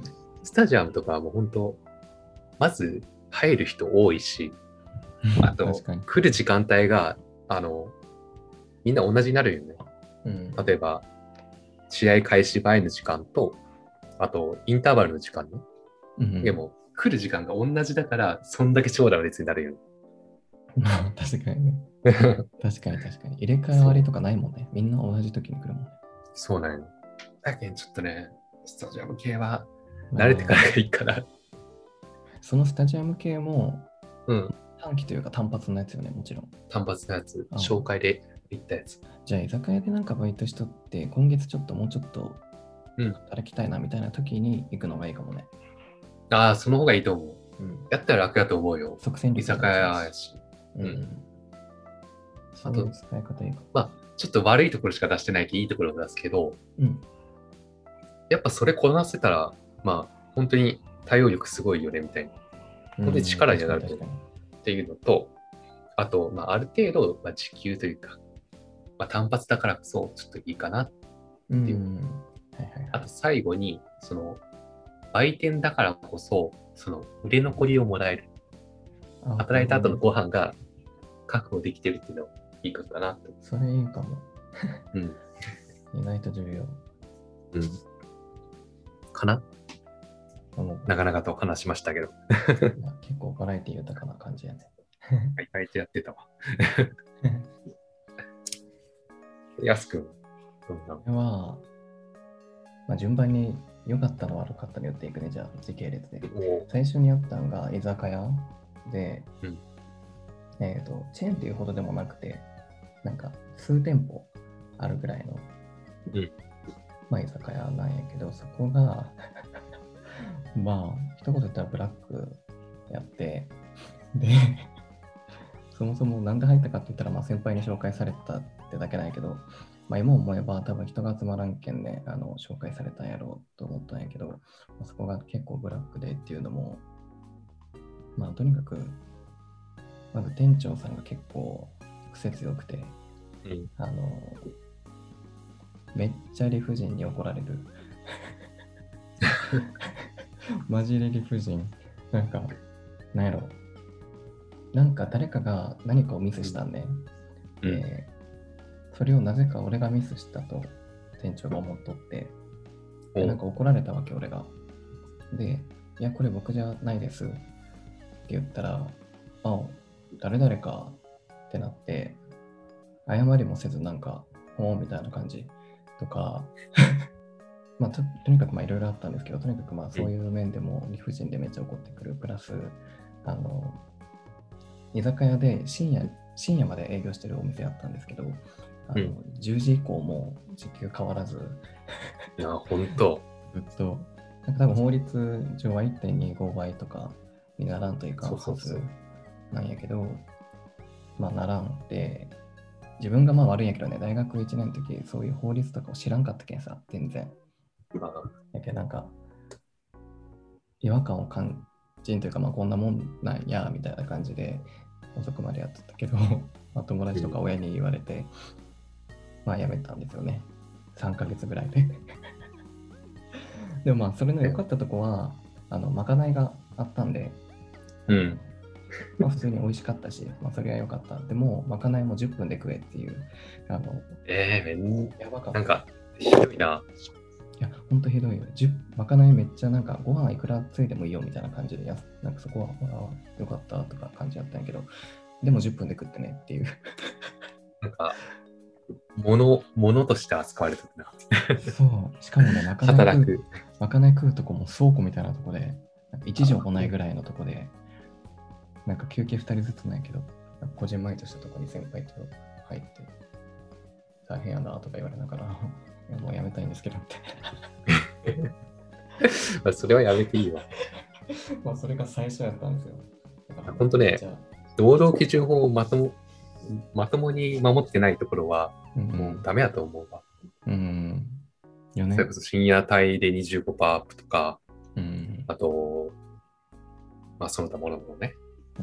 [SPEAKER 1] スタジアムとかはもう本当、まず入る人多いし、あと
[SPEAKER 2] 確かに。
[SPEAKER 1] 来る時間帯が、あの、みんな同じになるよね。
[SPEAKER 2] うん。
[SPEAKER 1] 例えば、試合開始前の時間と、あと、インターバルの時間ね。
[SPEAKER 2] うん、
[SPEAKER 1] でも、来る時間が同じだから、そんだけ長蛇の列になるよね。
[SPEAKER 2] まあ、確かにね。確かに確かに。入れ替わりとかないもんね。みんな同じ時に来るもんね。
[SPEAKER 1] そうなんよ。だけど、ちょっとね、スタジアム系は慣れてからがいいかな。
[SPEAKER 2] そのスタジアム系も
[SPEAKER 1] うん。
[SPEAKER 2] 短期というか単発のやつよね、もちろん。
[SPEAKER 1] 単発のやつ、
[SPEAKER 2] あ
[SPEAKER 1] 紹介で行ったやつ。
[SPEAKER 2] じゃあ、居酒屋でなんかバイトしとって、今月ちょっともうちょっと
[SPEAKER 1] うん
[SPEAKER 2] 働きたいなみたいな時に行くのがいいかもね。
[SPEAKER 1] ああ、その方がいいと思う。
[SPEAKER 2] うん。
[SPEAKER 1] やったら楽だと思うよ。
[SPEAKER 2] 即戦力
[SPEAKER 1] 居酒屋やし。
[SPEAKER 2] うん。
[SPEAKER 1] うん
[SPEAKER 2] そういう使い方いいかも。
[SPEAKER 1] まあ、ちょっと悪いところしか出してないけど、いいところを出すけど、
[SPEAKER 2] うん。
[SPEAKER 1] やっぱそれこなせたら、まあ、本当に対応力すごいよね、みたいな。本当に力になると
[SPEAKER 2] 確かに
[SPEAKER 1] っていうのと、あと、まあ、ある程度、まあ、時給というか、まあ、単発だからこそ、ちょっといいかな。
[SPEAKER 2] うん。
[SPEAKER 1] っていう
[SPEAKER 2] うん。はいはいはい。
[SPEAKER 1] あと、最後に、その、売店だからこそ、その、売れ残りをもらえる。
[SPEAKER 2] あ
[SPEAKER 1] 働いた後のご飯が確保できてるっていうのはいいことかなと。
[SPEAKER 2] それいいかも。
[SPEAKER 1] うん。
[SPEAKER 2] 意外と重要。
[SPEAKER 1] うん。かな
[SPEAKER 2] もう
[SPEAKER 1] なかなかと話しましたけど。
[SPEAKER 2] まあ結構バラエティ豊かな感じやね。
[SPEAKER 1] はい、バイトやってたわ。やすくん、どんな
[SPEAKER 2] これは、まあ、順番に良かったの悪かったによっていくね、じゃあ時系列で。
[SPEAKER 1] お
[SPEAKER 2] 最初にあったのが居酒屋で、
[SPEAKER 1] うん
[SPEAKER 2] えっ、と、チェーンっていうほどでもなくて、なんか数店舗あるぐらいの、
[SPEAKER 1] うん
[SPEAKER 2] まあ居酒屋なんやけど、そこが、まあ、一言言ったらブラックやって、で、そもそもなんで入ったかって言ったら、まあ先輩に紹介されたってだけないけど、まあ今思えば多分人が集まらんけんね、あの、紹介されたんやろうと思ったんやけど、まあそこが結構ブラックでっていうのも、まあとにかく、まず店長さんが結構癖強くて、
[SPEAKER 1] うん
[SPEAKER 2] あの、 めっちゃ理不尽に怒られる。マジで理不尽。なんか、なんやろ。なんか誰かが何かをミスしたんで、
[SPEAKER 1] うん
[SPEAKER 2] でそれをなぜか俺がミスしたと店長が思っとって、でなんか怒られたわけ、俺が。で、いや、これ僕じゃないですって言ったら、あ、誰々かってなって、謝りもせず、なんか、ほーみたいな感じとか、まあと、とにかくまあいろいろあったんですけど、とにかくまあそういう面でも理不尽でめっちゃ怒ってくる。プラス、あの、居酒屋で深夜、深夜まで営業してるお店やったんですけど、あの
[SPEAKER 1] うん
[SPEAKER 2] じゅうじ以降も時給変わらず、
[SPEAKER 1] いや、ほんと。
[SPEAKER 2] ずっと、なんか多分法律上は いってんにご 倍とかにならんといかんはず
[SPEAKER 1] そうそうそう
[SPEAKER 2] なんやけど、まあならんで、自分がまあ悪いんやけどね、大学いちねんの時、そういう法律とかを知らんかったけんさ、全然。
[SPEAKER 1] まあ、
[SPEAKER 2] やけどなんか、違和感を感じんというか、まあこんなもんなんや、みたいな感じで遅くまでやってたけど、まあ、友達とか親に言われて、まあ辞めたんですよね。さんかげつぐらいで。でもまあそれの良かったとこは、あの、まかないがあったんで、
[SPEAKER 1] うん。
[SPEAKER 2] まあ普通に美味しかったし、まあそれは良かった。でも、まかないもじゅっぷんで食えっていう、あの、
[SPEAKER 1] えー、めん、
[SPEAKER 2] やばかった。
[SPEAKER 1] なんか、ひどいな。
[SPEAKER 2] いや、ほんとひどいよ。じゅうまかないめっちゃなんかご飯いくらついてもいいよみたいな感じで、やなんかそこは、あよかったとか感じだったんやけど、でもじゅっぷんで食ってねっていう。
[SPEAKER 1] なんか、物、物として扱われてるな。
[SPEAKER 2] そう、しかもね、まかない
[SPEAKER 1] 働
[SPEAKER 2] 食う
[SPEAKER 1] く。
[SPEAKER 2] まかない食うとこも倉庫みたいなとこで、なんかいち畳もないぐらいのとこで、なんか休憩ふたりずつなんやけど、なんかこじんまりとしたとこに先輩と入って、大変やなとか言われながら、いやもうやめたいんですけどって。
[SPEAKER 1] まあそれはやめていいわ。
[SPEAKER 2] まあそれが最初やったんですよ。
[SPEAKER 1] ほんとね
[SPEAKER 2] じゃあ
[SPEAKER 1] 労働基準法をまとも、まともに守ってないところは、
[SPEAKER 2] うん
[SPEAKER 1] もうダメだと思うわ。
[SPEAKER 2] うん。よね
[SPEAKER 1] それこそ深夜帯で にじゅうごパーセント アップとか、
[SPEAKER 2] うん。
[SPEAKER 1] あと、まあその他ものもね。
[SPEAKER 2] うん。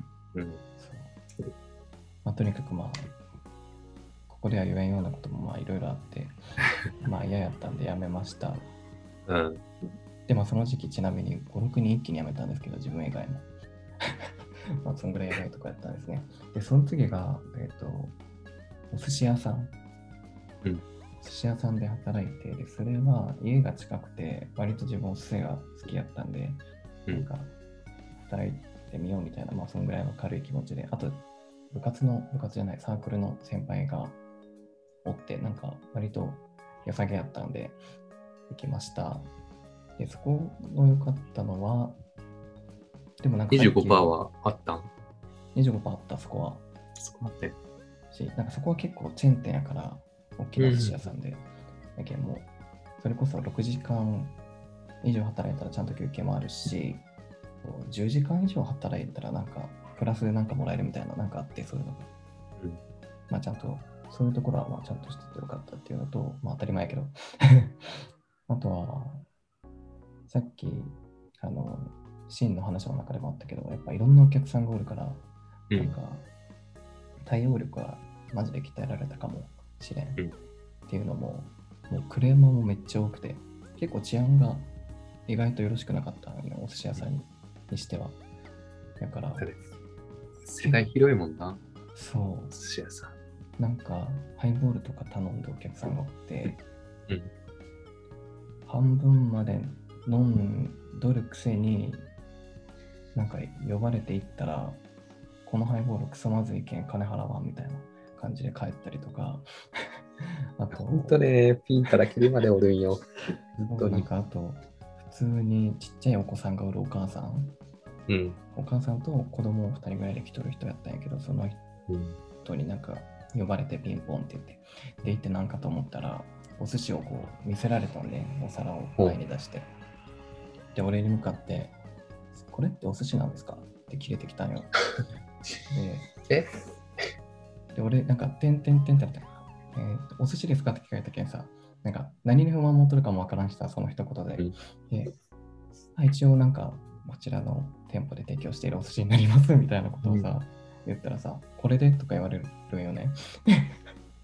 [SPEAKER 1] うん。
[SPEAKER 2] そうまあとにかくまあ、ここでは言えんようなこともまあいろいろあって、まあ嫌やったんでやめました。
[SPEAKER 1] うん。
[SPEAKER 2] で、まあその時期ちなみにご、ろくにん一気に辞めたんですけど、自分以外も。まあそんぐらいやばいとこやったんですね。で、その次が、えっ、と、お寿司屋さん。
[SPEAKER 1] うん
[SPEAKER 2] 寿司屋さんで働いて、で、それは家が近くて、割と自分お寿司が好きやったんで、
[SPEAKER 1] うん
[SPEAKER 2] なんか、働いてみようみたいな、まあそんぐらいの軽い気持ちで、あと、部活の、部活じゃない、サークルの先輩がおって、なんか割と良さげやったんで、行きました。で、そこの良かったのは、でもなんか
[SPEAKER 1] にじゅうごパーセントはあったん？
[SPEAKER 2] にじゅうごパーセントあった、そこは。
[SPEAKER 1] そこ待って。
[SPEAKER 2] し、なんかそこは結構チェーン店やから、大きな寿司屋さんで。だけどもう、それこそろくじかん以上働いたらちゃんと休憩もあるし、じゅうじかん以上働いたらなんか、プラスでなんかもらえるみたいな、なんかあって、そういうのが。
[SPEAKER 1] うん
[SPEAKER 2] まあちゃんと、そういうところはまあちゃんとしててよかったっていうのと、まあ当たり前やけど。あとは、さっき、あの、シーンの話の中でもあったけど、やっぱいろんなお客さんがおるから、
[SPEAKER 1] うん
[SPEAKER 2] なんか、対応力はマジで鍛えられたかもしれん。
[SPEAKER 1] うん
[SPEAKER 2] っていうのも、もうクレーマーもめっちゃ多くて、結構治安が意外とよろしくなかったのね、お寿司屋さんにしては。だから、
[SPEAKER 1] 世代広いもんな、
[SPEAKER 2] そ
[SPEAKER 1] 寿司屋さん。
[SPEAKER 2] う、なんか、ハイボールとか頼んでお客さんがおって、
[SPEAKER 1] うん
[SPEAKER 2] 半分まで飲んどるくせに、なんか呼ばれていったら、このハイボールクソまずいけん金払わんみたいな感じで帰ったりとか、あと、
[SPEAKER 1] ほんとね、ピンからキリまでおるんよ。本当
[SPEAKER 2] なん
[SPEAKER 1] に。
[SPEAKER 2] かあと、普通にちっちゃいお子さんがおるお母さん、
[SPEAKER 1] うん。
[SPEAKER 2] お母さんと子供をふたりぐらいで来とる人やったんやけど、その
[SPEAKER 1] うん。
[SPEAKER 2] 人になんか呼ばれてピンポンって言って、で行ってなんかと思ったら、お寿司をこう見せられたんで、お皿を前に出して。で、俺に向かって、これってお寿司なんですかって切れてきたんよ。で、
[SPEAKER 1] え
[SPEAKER 2] で俺、なんか、てんてんてんってやったえーとお寿司ですかって聞かれたけんさ、なんか、何に不満持っとるかもわからんしさ、その一言で。
[SPEAKER 1] うん
[SPEAKER 2] で、あ一応なんか、こちらの店舗で提供しているお寿司になりますみたいなことをさ、
[SPEAKER 1] うん
[SPEAKER 2] 言ったらさ、これでとか言われるよね。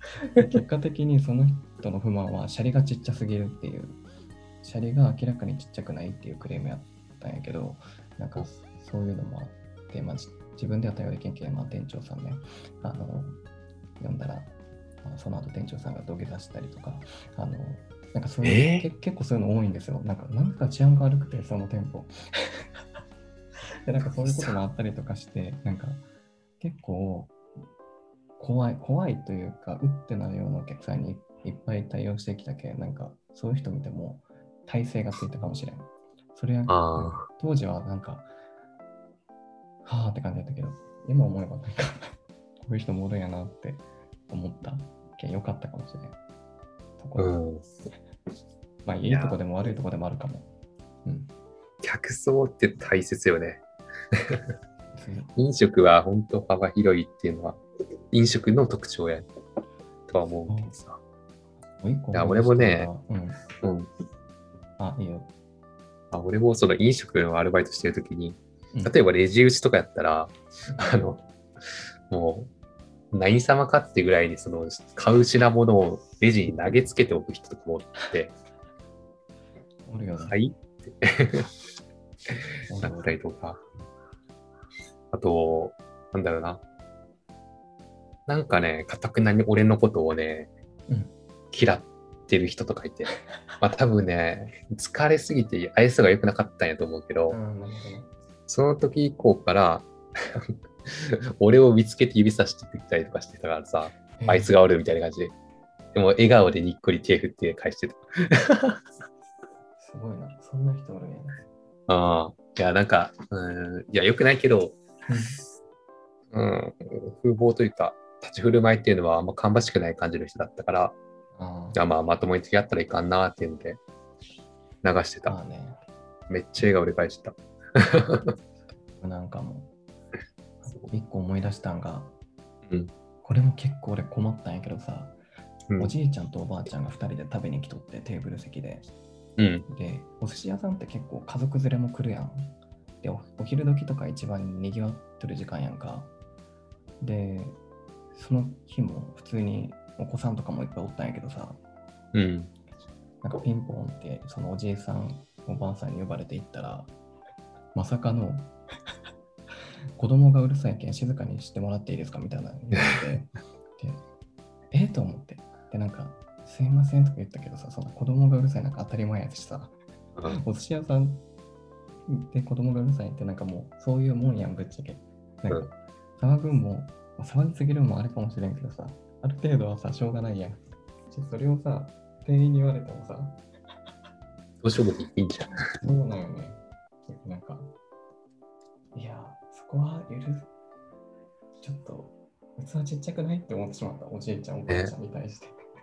[SPEAKER 2] 結果的にその人の不満はシャリがちっちゃすぎるっていう、シャリが明らかにちっちゃくないっていうクレームやったんやけど、なんかそういうのもあって、まあ、自分では頼り研究、まあ、店長さんね、あの読んだら、まあ、その後店長さんが土下座したりとか、あのなんかそういう、
[SPEAKER 1] えー
[SPEAKER 2] け結構そういうの多いんですよ。なんか、なんか治安が悪くて、その店舗。で、なんかそういうこともあったりとかして、なんか結構怖い、怖いというか、うってなるようなお客さんにいっぱい対応してきたけ、なんかそういう人見ても耐性がついたかもしれん。それは、なん
[SPEAKER 1] あ
[SPEAKER 2] か当時はなんか、はぁって感じだったけど、今思えばなんか、こういう人もおるんやなって思ったけんよかったかもしれん。そこ
[SPEAKER 1] あ、
[SPEAKER 2] は。
[SPEAKER 1] うん。
[SPEAKER 2] まあ、いいとこでも悪いとこでもあるかも。うん。
[SPEAKER 1] 客層って大切よね。
[SPEAKER 2] 次
[SPEAKER 1] 飲食は本当幅広いっていうのは、飲食の特徴やとは思うけどさ。
[SPEAKER 2] もう一個
[SPEAKER 1] いや、
[SPEAKER 2] 思い出したのが
[SPEAKER 1] 俺もね、
[SPEAKER 2] うん。
[SPEAKER 1] うん。
[SPEAKER 2] あ、いいよ。
[SPEAKER 1] あ、俺もその飲食のアルバイトしてるときに、
[SPEAKER 2] うん
[SPEAKER 1] 例えばレジ打ちとかやったら、あの、もう、何様かってぐらいに、その、買う品物をレジに投げつけておく人とかもおって、
[SPEAKER 2] おるよね。
[SPEAKER 1] はいってなった
[SPEAKER 2] おるおる。
[SPEAKER 1] りとか。あと、なんだろうな。なんかね、かたくなに俺のことをね、
[SPEAKER 2] うん。
[SPEAKER 1] 嫌ってる人とかいて、まあ多分ね、疲れすぎて愛想が良くなかったんやと思うけど、
[SPEAKER 2] うん、なるほど。
[SPEAKER 1] その時以降から、俺を見つけて指さしてきたりとかしてたからさ、あいつがおるみたいな感じで。でも笑顔でにっこり手振って返してた。
[SPEAKER 2] すごいな。そんな人おるんやね。
[SPEAKER 1] ああ、いや、なんか、うん、いや、良くないけど、うん、風貌というか、立ち振る舞いっていうのはあんま芳しくない感じの人だったから、
[SPEAKER 2] あ
[SPEAKER 1] じゃあまあまともに付き合ったらいかんなっていうので流して
[SPEAKER 2] あ、
[SPEAKER 1] た。
[SPEAKER 2] まあね。
[SPEAKER 1] めっちゃ笑顔で返してた。
[SPEAKER 2] なんかもう、一個思い出したんが、
[SPEAKER 1] うん、
[SPEAKER 2] これも結構俺困ったんやけどさ、
[SPEAKER 1] うん、
[SPEAKER 2] おじいちゃんとおばあちゃんがふたりで食べに来とってテーブル席で。
[SPEAKER 1] うん、
[SPEAKER 2] で、お寿司屋さんって結構家族連れも来るやん。で、お、お昼時とか一番にぎわってる時間やんか。で、その日も普通にお子さんとかもいっぱいおったんやけどさ、
[SPEAKER 1] うん。
[SPEAKER 2] なんかピンポンってそのおじいさん、おばあさんに呼ばれて行ったら、まさかの子供がうるさいけん静かにしてもらっていいですかみたいなの言われて、で、えと思って。で、なんか、すいませんとか言ったけどさ、その子供がうるさいなんか当たり前やしさ、お寿司屋さんで子供がうるさいってなんかもうそういうもんやん、ぶっちゃけ。なんか、騒ぐんも、まあ騒ぎすぎるんもあれかもしれんけどさ、ある程度はさ、しょうがないやん。それをさ、店員に言われてもさ、
[SPEAKER 1] どうしようもいいんじゃん。
[SPEAKER 2] そうなんよね。なんか、いや、そこは許す。ちょっと、器ちっちゃくないって思ってしまった。おじいちゃん、おばあちゃんに対して。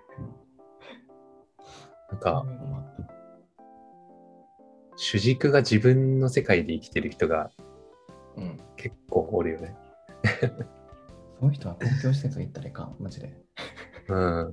[SPEAKER 1] なんか
[SPEAKER 2] そういうのもあった。
[SPEAKER 1] 主軸が自分の世界で生きてる人が
[SPEAKER 2] うん。
[SPEAKER 1] 結構おるよね。
[SPEAKER 2] そういう人は公共施設行ったらいかん、マジで。
[SPEAKER 1] うん。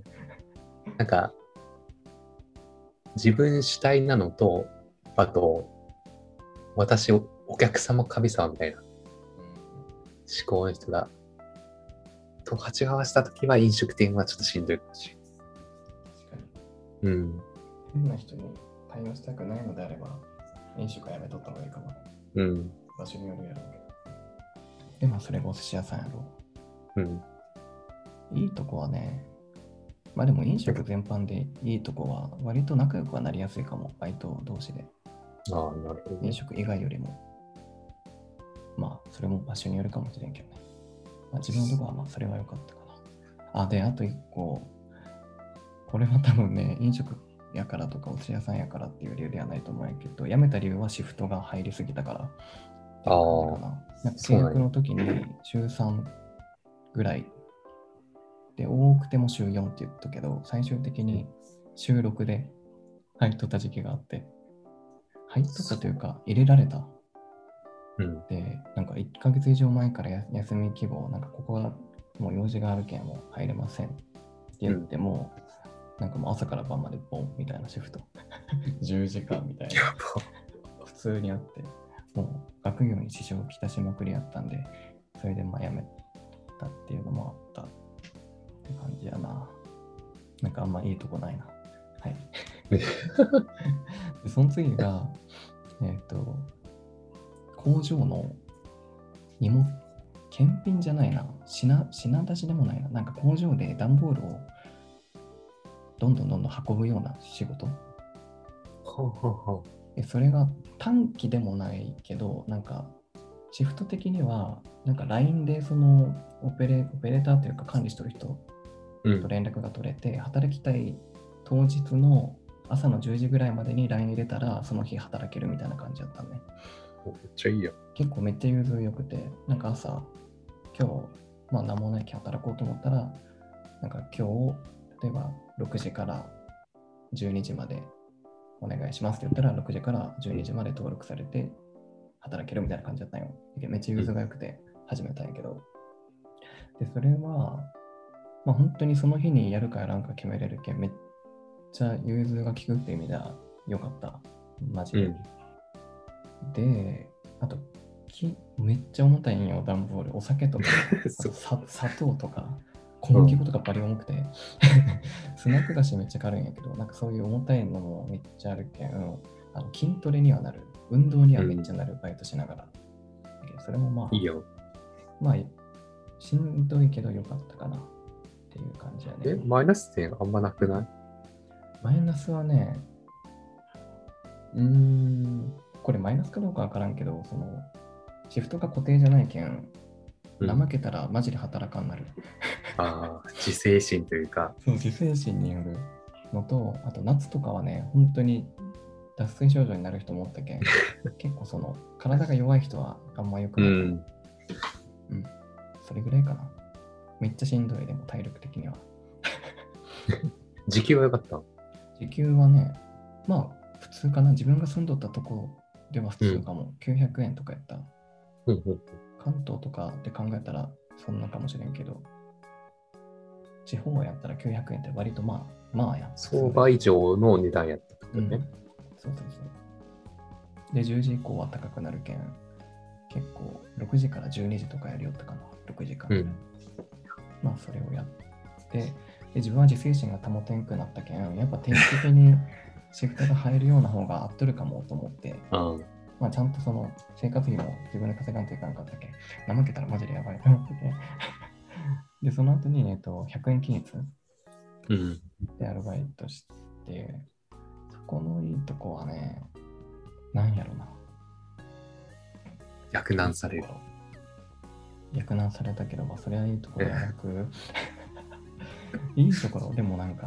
[SPEAKER 1] なんか、自分主体なのと、あと、私、お客様神様みたいな思考の人が、と鉢合わせたときは飲食店はちょっとしんどいかもしれない。
[SPEAKER 2] 確かに。
[SPEAKER 1] うん。
[SPEAKER 2] 変な人に対応したくないのであれば、飲食はやめとった方がいいかもね。
[SPEAKER 1] うん。
[SPEAKER 2] 場所によるやろうけど。でもそれがお寿司屋さんやろ。
[SPEAKER 1] うん。
[SPEAKER 2] いいとこはね、まあでも飲食全般でいいとこは割と仲良くはなりやすいかも、バイト同士で。
[SPEAKER 1] ああ、なるほどね。
[SPEAKER 2] 飲食以外よりも。まあ、それも場所によるかもしれんけどね。まあ、自分のとこはまあそれは良かったかな。あ、で、あと一個、これは多分ね、飲食やからとかお寿司屋さんやからっていう理由ではないと思うんやけど、辞めた理由はシフトが入りすぎたから。
[SPEAKER 1] ああ、
[SPEAKER 2] なんか契約の時に週さんぐらいで、多くても週よんって言ったけど、最終的に週ろくで入っとった時期があって、入っとったというか、入れられた。
[SPEAKER 1] うん。
[SPEAKER 2] で、なんかいっかげつ以上前からや休み希望、なんかここはもう用事があるけんもう入れませんって言っても、うん、なんかもう朝から晩までボンみたいなシフト。じゅうじかんみたいな。普通にあって、もう学業に支障をきたしまくりやったんで、それでまあ辞めたっていうのもあったって感じやな。 なんかあんまいいとこないな。はい。でその次が、えっ、と、工場の荷物、検品じゃないな。品、品出しでもないな。なんか工場で段ボールをどんどんどんどん運ぶような仕事。
[SPEAKER 1] はあはあはあ。
[SPEAKER 2] でそれが短期でもないけど、なんかシフト的には、なんか ライン でそのオペレ、オペレーターというか管理してる人
[SPEAKER 1] うん
[SPEAKER 2] と連絡が取れて、働きたい当日の朝のじゅうじぐらいまでに ライン 入れたら、その日働けるみたいな感じだったね。
[SPEAKER 1] めっちゃいいや。
[SPEAKER 2] 結構めっちゃ融通良くて、なんか朝、今日、まあ何もない日働こうと思ったら、なんか今日、例えばろくじからじゅうにじまでお願いしますって言ったら、ろくじからじゅうにじまで登録されて働けるみたいな感じだったんよ。めっちゃ融通が良くて始めたんやけど。で、それは、まあ本当にその日にやるかやらんか決めれるけん、めっちゃ融通が利くっていう意味では良かった。マジで。
[SPEAKER 1] うん
[SPEAKER 2] で、あと、きめっちゃ重たいんよ、段ボール。お酒とか、あ
[SPEAKER 1] そ
[SPEAKER 2] とさ砂糖とか、小麦粉とかバリ重くて、スナック菓子めっちゃ軽いんやけど、なんかそういう重たいのもめっちゃあるけん、あの筋トレにはなる、運動にはめっちゃなる、バイトしながら。だけどそれもまあ、
[SPEAKER 1] いいよ。
[SPEAKER 2] まあ、しんどいけど良かったかなっていう感じや
[SPEAKER 1] え、
[SPEAKER 2] ね。
[SPEAKER 1] マイナス点あんまなくない？
[SPEAKER 2] マイナスはね、うーん、これマイナスかどうかわからんけど、その、シフトが固定じゃないけん、
[SPEAKER 1] うん
[SPEAKER 2] 怠けたらマジで働かんなる。
[SPEAKER 1] ああ、自制心というか。
[SPEAKER 2] そう、自制心によるのと、あと夏とかはね、本当に脱水症状になる人もおったけん、結構その、体が弱い人はあんま良くない。
[SPEAKER 1] うん。
[SPEAKER 2] うん。それぐらいかな。めっちゃしんどい、でも体力的には。
[SPEAKER 1] 時給は良かった？
[SPEAKER 2] 時給はね、まあ、普通かな。自分が住んどったとこでは普通かも。きゅうひゃくえんとかやった。
[SPEAKER 1] うんうん。
[SPEAKER 2] 関東とかで考えたらそんなかもしれんけど、地方やったらきゅうひゃくえんって割とまあ、まあやん。
[SPEAKER 1] 相場以上の値段やったってことね。
[SPEAKER 2] うん、そうそうそう。で、じゅうじ以降は高くなるけん、結構ろくじからじゅうにじとかやりよったかな。ろくじかん。
[SPEAKER 1] うん。
[SPEAKER 2] まあ、それをやって、で、自分は自制心が保てんくなったけん、やっぱ定期的にシフトが入るような方が合っとるかもと思って、
[SPEAKER 1] あ
[SPEAKER 2] まあ、ちゃんとその生活費も自分で稼がんといかんかったけん、怠けたらマジでやばいと思ってて。で、その後に、えっと、ひゃくえん均一
[SPEAKER 1] うん。
[SPEAKER 2] でアルバイトして、そこのいいとこはね、なんやろな。
[SPEAKER 1] 逆難される。
[SPEAKER 2] 逆難されたけど、まあ、それはいいところじゃなく、いいところ、でもなんか、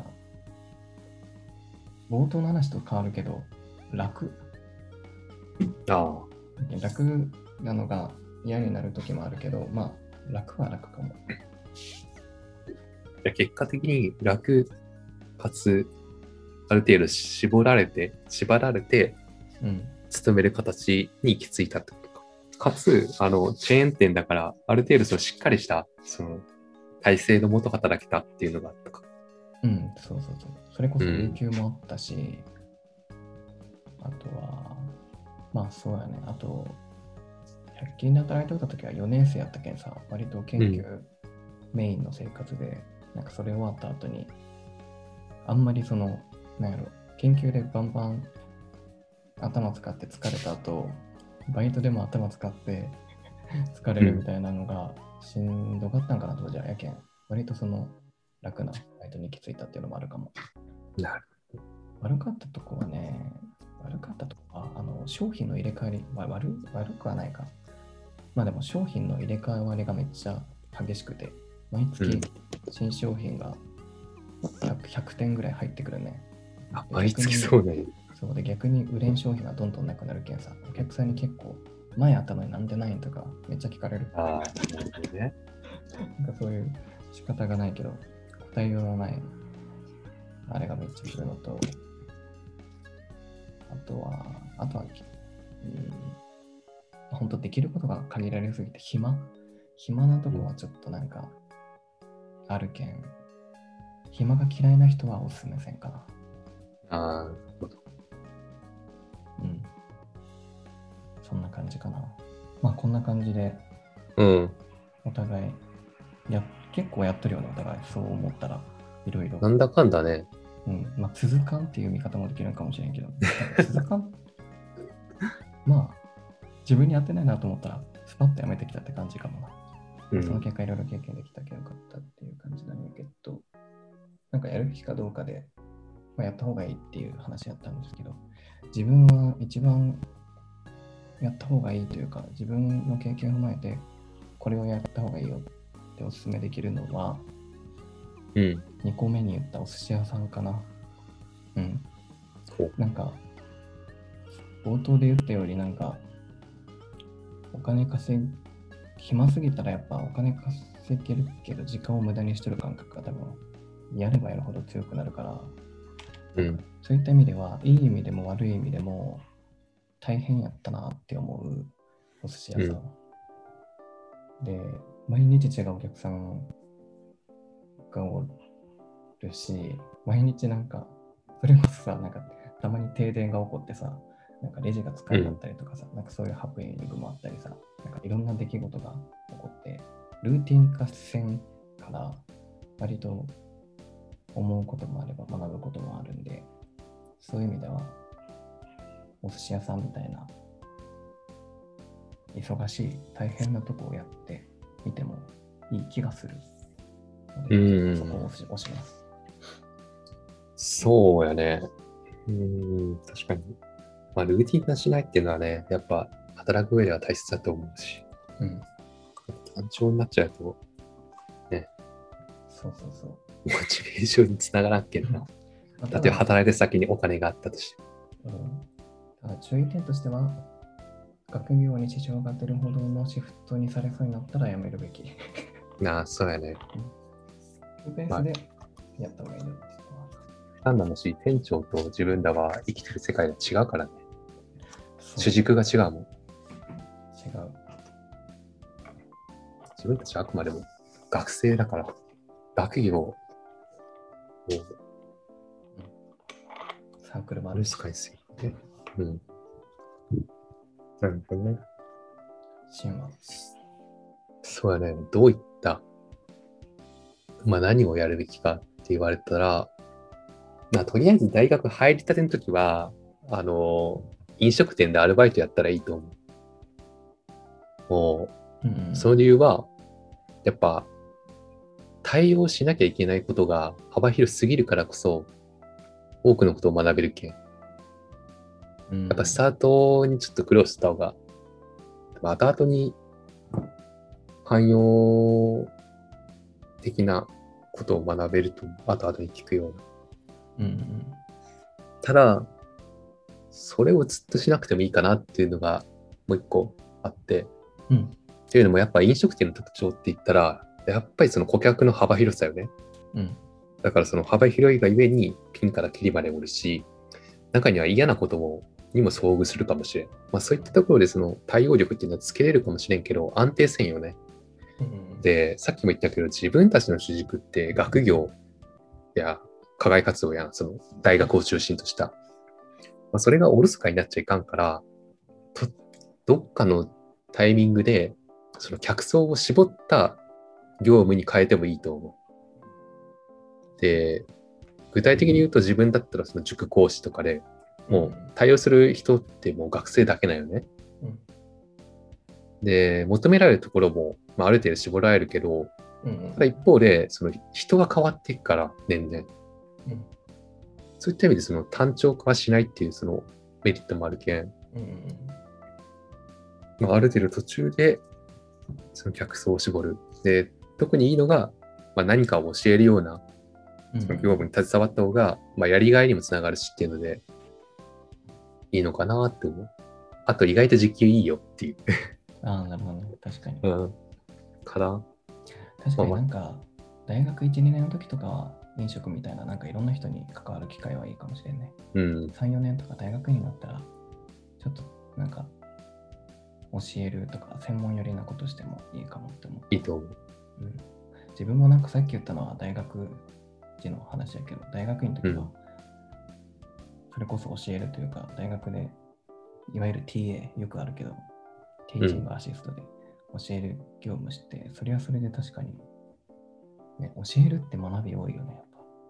[SPEAKER 2] 冒頭の話と変わるけど、楽。
[SPEAKER 1] あ
[SPEAKER 2] 楽なのが嫌になる時もあるけど、まあ、楽は楽かも。
[SPEAKER 1] あ。結果的に楽かつ、ある程度絞られて、縛られて、
[SPEAKER 2] うん。
[SPEAKER 1] 勤める形に行き着いたってことか。かつ、あの、チェーン店だから、ある程度そのしっかりした、その、体制のもと働けたっていうのがあったか。
[SPEAKER 2] うん、そうそうそう。それこそ有給もあったし、うん、あとは、まあそうやね。あと、ひゃく均で働いておった時はよねん生やったけんさ、割と研究メインの生活で、うん、なんかそれ終わった後に、あんまりその、なんやろ、研究でバンバン頭使って疲れた後、バイトでも頭使って疲れるみたいなのがしんどかったんかな、当時はやけん。割とその楽なバイトに行き着いたっていうのもあるかも。
[SPEAKER 1] なるほど。
[SPEAKER 2] 悪かったとこはね、悪かったとこは、あの商品の入れ替わり、まあ、悪、悪くはないか。まあでも商品の入れ替わりがめっちゃ激しくて、毎月新商品が ひゃく, ひゃくてんぐらい入ってくるね。
[SPEAKER 1] あ、毎月そうね。
[SPEAKER 2] そうで、逆に売れん商品がどんどんなくなるけんさ、お客さんに結構、前あったのになんでないんとかめっちゃ聞かれる。
[SPEAKER 1] ああ、なるほどね。
[SPEAKER 2] なんかそういう仕方がないけど、答えようのない、あれがめっちゃするのと、あとは、あとは、うん、本当できることが限られすぎて暇暇なとこはちょっとなんか、あるけん、暇が嫌いな人はおすすめせんかな。
[SPEAKER 1] ああ、なるほど。
[SPEAKER 2] うん。そんな感じかな。まあこんな感じで、
[SPEAKER 1] うん。
[SPEAKER 2] お互いや、結構やってるよね、お互い。そう思ったら。 いろいろ。
[SPEAKER 1] なんだかんだね。
[SPEAKER 2] うん。まあ、続かんっていう見方もできるかもしれんけど、続かんまあ、自分に合ってないなと思ったら、スパッとやめてきたって感じかもな。
[SPEAKER 1] うん、
[SPEAKER 2] その結果、いろいろ経験できたけどよかったっていう感じなんやけど、なんかやるべきかどうかで、まあ、やった方がいいっていう話やったんですけど、自分は一番やった方がいいというか、自分の経験を踏まえて、これをやった方がいいよってお勧めできるのは、
[SPEAKER 1] うん。
[SPEAKER 2] にこめに言ったお寿司屋さんかな。うん。なんか、冒頭で言ったより、なんか、お金稼ぎ、暇すぎたらやっぱお金稼げるけど、時間を無駄にしてる感覚が多分、やればやるほど強くなるから、
[SPEAKER 1] うん、
[SPEAKER 2] そういった意味では、いい意味でも悪い意味でも、大変やったなって思うお寿司屋さん。うん、で、毎日違うお客さんがおるし、毎日なんか、それこそさ、なんか、たまに停電が起こってさ、なんかレジが使えなかったりとかさ、うん、なんかそういうハプニングもあったりさ、なんかいろんな出来事が起こって、ルーティン化せんから、割と思うこともあれば学ぶこともあるんで、そういう意味では、お寿司屋さんみたいな、忙しい、大変なとこをやってみてもいい気がするので、うん、そこを押します。
[SPEAKER 1] そうやね。うん、確かに。まあ、ルーティン化しないっていうのはね、やっぱ働く上では大切だと思うし、
[SPEAKER 2] うん、
[SPEAKER 1] 単調になっちゃうと、ね。
[SPEAKER 2] そうそうそう。
[SPEAKER 1] モチベーションにつながらんけどな。うん、だって働いてる先にお金があったとして。
[SPEAKER 2] うん、ただ注意点としては、学業に支障が出るほどのシフトにされそうになったらやめるべき。
[SPEAKER 1] ああ、そうやね。
[SPEAKER 2] うん、ペースでやった方がいいよっていうのは。
[SPEAKER 1] 単なのし、店長と自分らは生きてる世界が違うからね。主軸が違うもん。
[SPEAKER 2] 違う。
[SPEAKER 1] 自分たちはあくまでも学生だから、学業を、うん、
[SPEAKER 2] サークルもあるし。
[SPEAKER 1] 難しいね。うん。なるほどね。
[SPEAKER 2] シンは。
[SPEAKER 1] そうやね。どういった、まあ何をやるべきかって言われたら、まあとりあえず大学入りたての時は、あの、飲食店でアルバイトやったらいいと思う。もう、うんうん、その理由は、やっぱ、対応しなきゃいけないことが幅広すぎるからこそ、多くのことを学べるけん。うん、やっぱスタートにちょっと苦労した方が、後々に汎用的なことを学べると、後々に聞くような。うんうん、ただ、それをずっとしなくてもいいかなっていうのがもう一個あって、うん、っていうのもやっぱ飲食店の特徴って言ったら、やっぱりその顧客の幅広さよね。うん、だからその幅広いがゆえにピンからキリまでおるし、中には嫌なこともにも遭遇するかもしれん。まあそういったところでその対応力っていうのはつけれるかもしれんけど、安定せんよね。うん、で、さっきも言ったけど、自分たちの主軸って学業や課外活動やその大学を中心とした、まあ、それがおろそかになっちゃいかんから、とどっかのタイミングでその客層を絞った業務に変えてもいいと思う。で、具体的に言うと自分だったらその塾講師とかでもう対応する人ってもう学生だけなんよね。うん、で、求められるところも、まあ、ある程度絞られるけど、うんうん、ただ一方でその人が変わっていくから年々、うん、そういった意味でその単調化はしないっていうそのメリットもあるけん、うんうんまあ、ある程度途中でその客層を絞る。で、特にいいのが、まあ、何かを教えるようなその業務に携わった方が、まあ、やりがいにもつながるしっていうのでいいのかなって思う。あと意外と時給いいよっていう。
[SPEAKER 2] ああ、なるほどね。確かに。
[SPEAKER 1] うん。かな。
[SPEAKER 2] 確かになんか、大学いち、にねんの時とかは飲食みたいな、なんかいろんな人に関わる機会はいいかもしれんね。うん。さん、よねんとか大学院になったら、ちょっとなんか、教えるとか専門寄りなことしてもいいかもって思う。
[SPEAKER 1] いいと思う。
[SPEAKER 2] うん。自分もなんかさっき言ったのは大学時の話だけど、大学院の時は、それこそ教えるというか、大学で、いわゆる ティーエー よくあるけど、ティーチングアシストで教える業務して、うん、それはそれで確かに、ね、教えるって学び多いよね、やっぱ。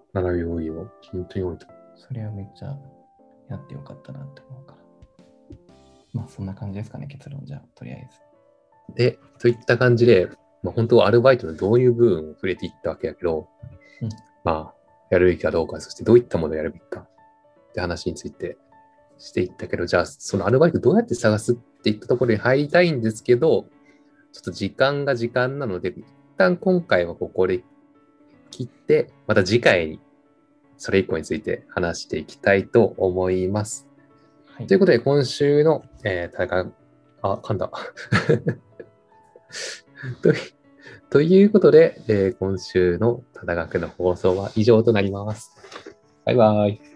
[SPEAKER 1] ななびょう多いよ。本当に多いと。
[SPEAKER 2] それはめっちゃやってよかったなって思うから。まあそんな感じですかね、結論じゃあ、とりあえず。
[SPEAKER 1] で、といった感じで、まあ、本当はアルバイトの導入部分を触れていったわけやけど、
[SPEAKER 2] うん、
[SPEAKER 1] まあ、やるべきかどうか、そしてどういったものをやるべきかって話についてしていったけど、じゃあ、そのアルバイトどうやって探すっていったところに入りたいんですけど、ちょっと時間が時間なので、一旦今回はここで切って、また次回にそれ以降について話していきたいと思います。はい、ということで、今週の、えー、戦い、あ、噛んだ。とということで、えー、今週のただ学の放送は以上となります。バイバイ。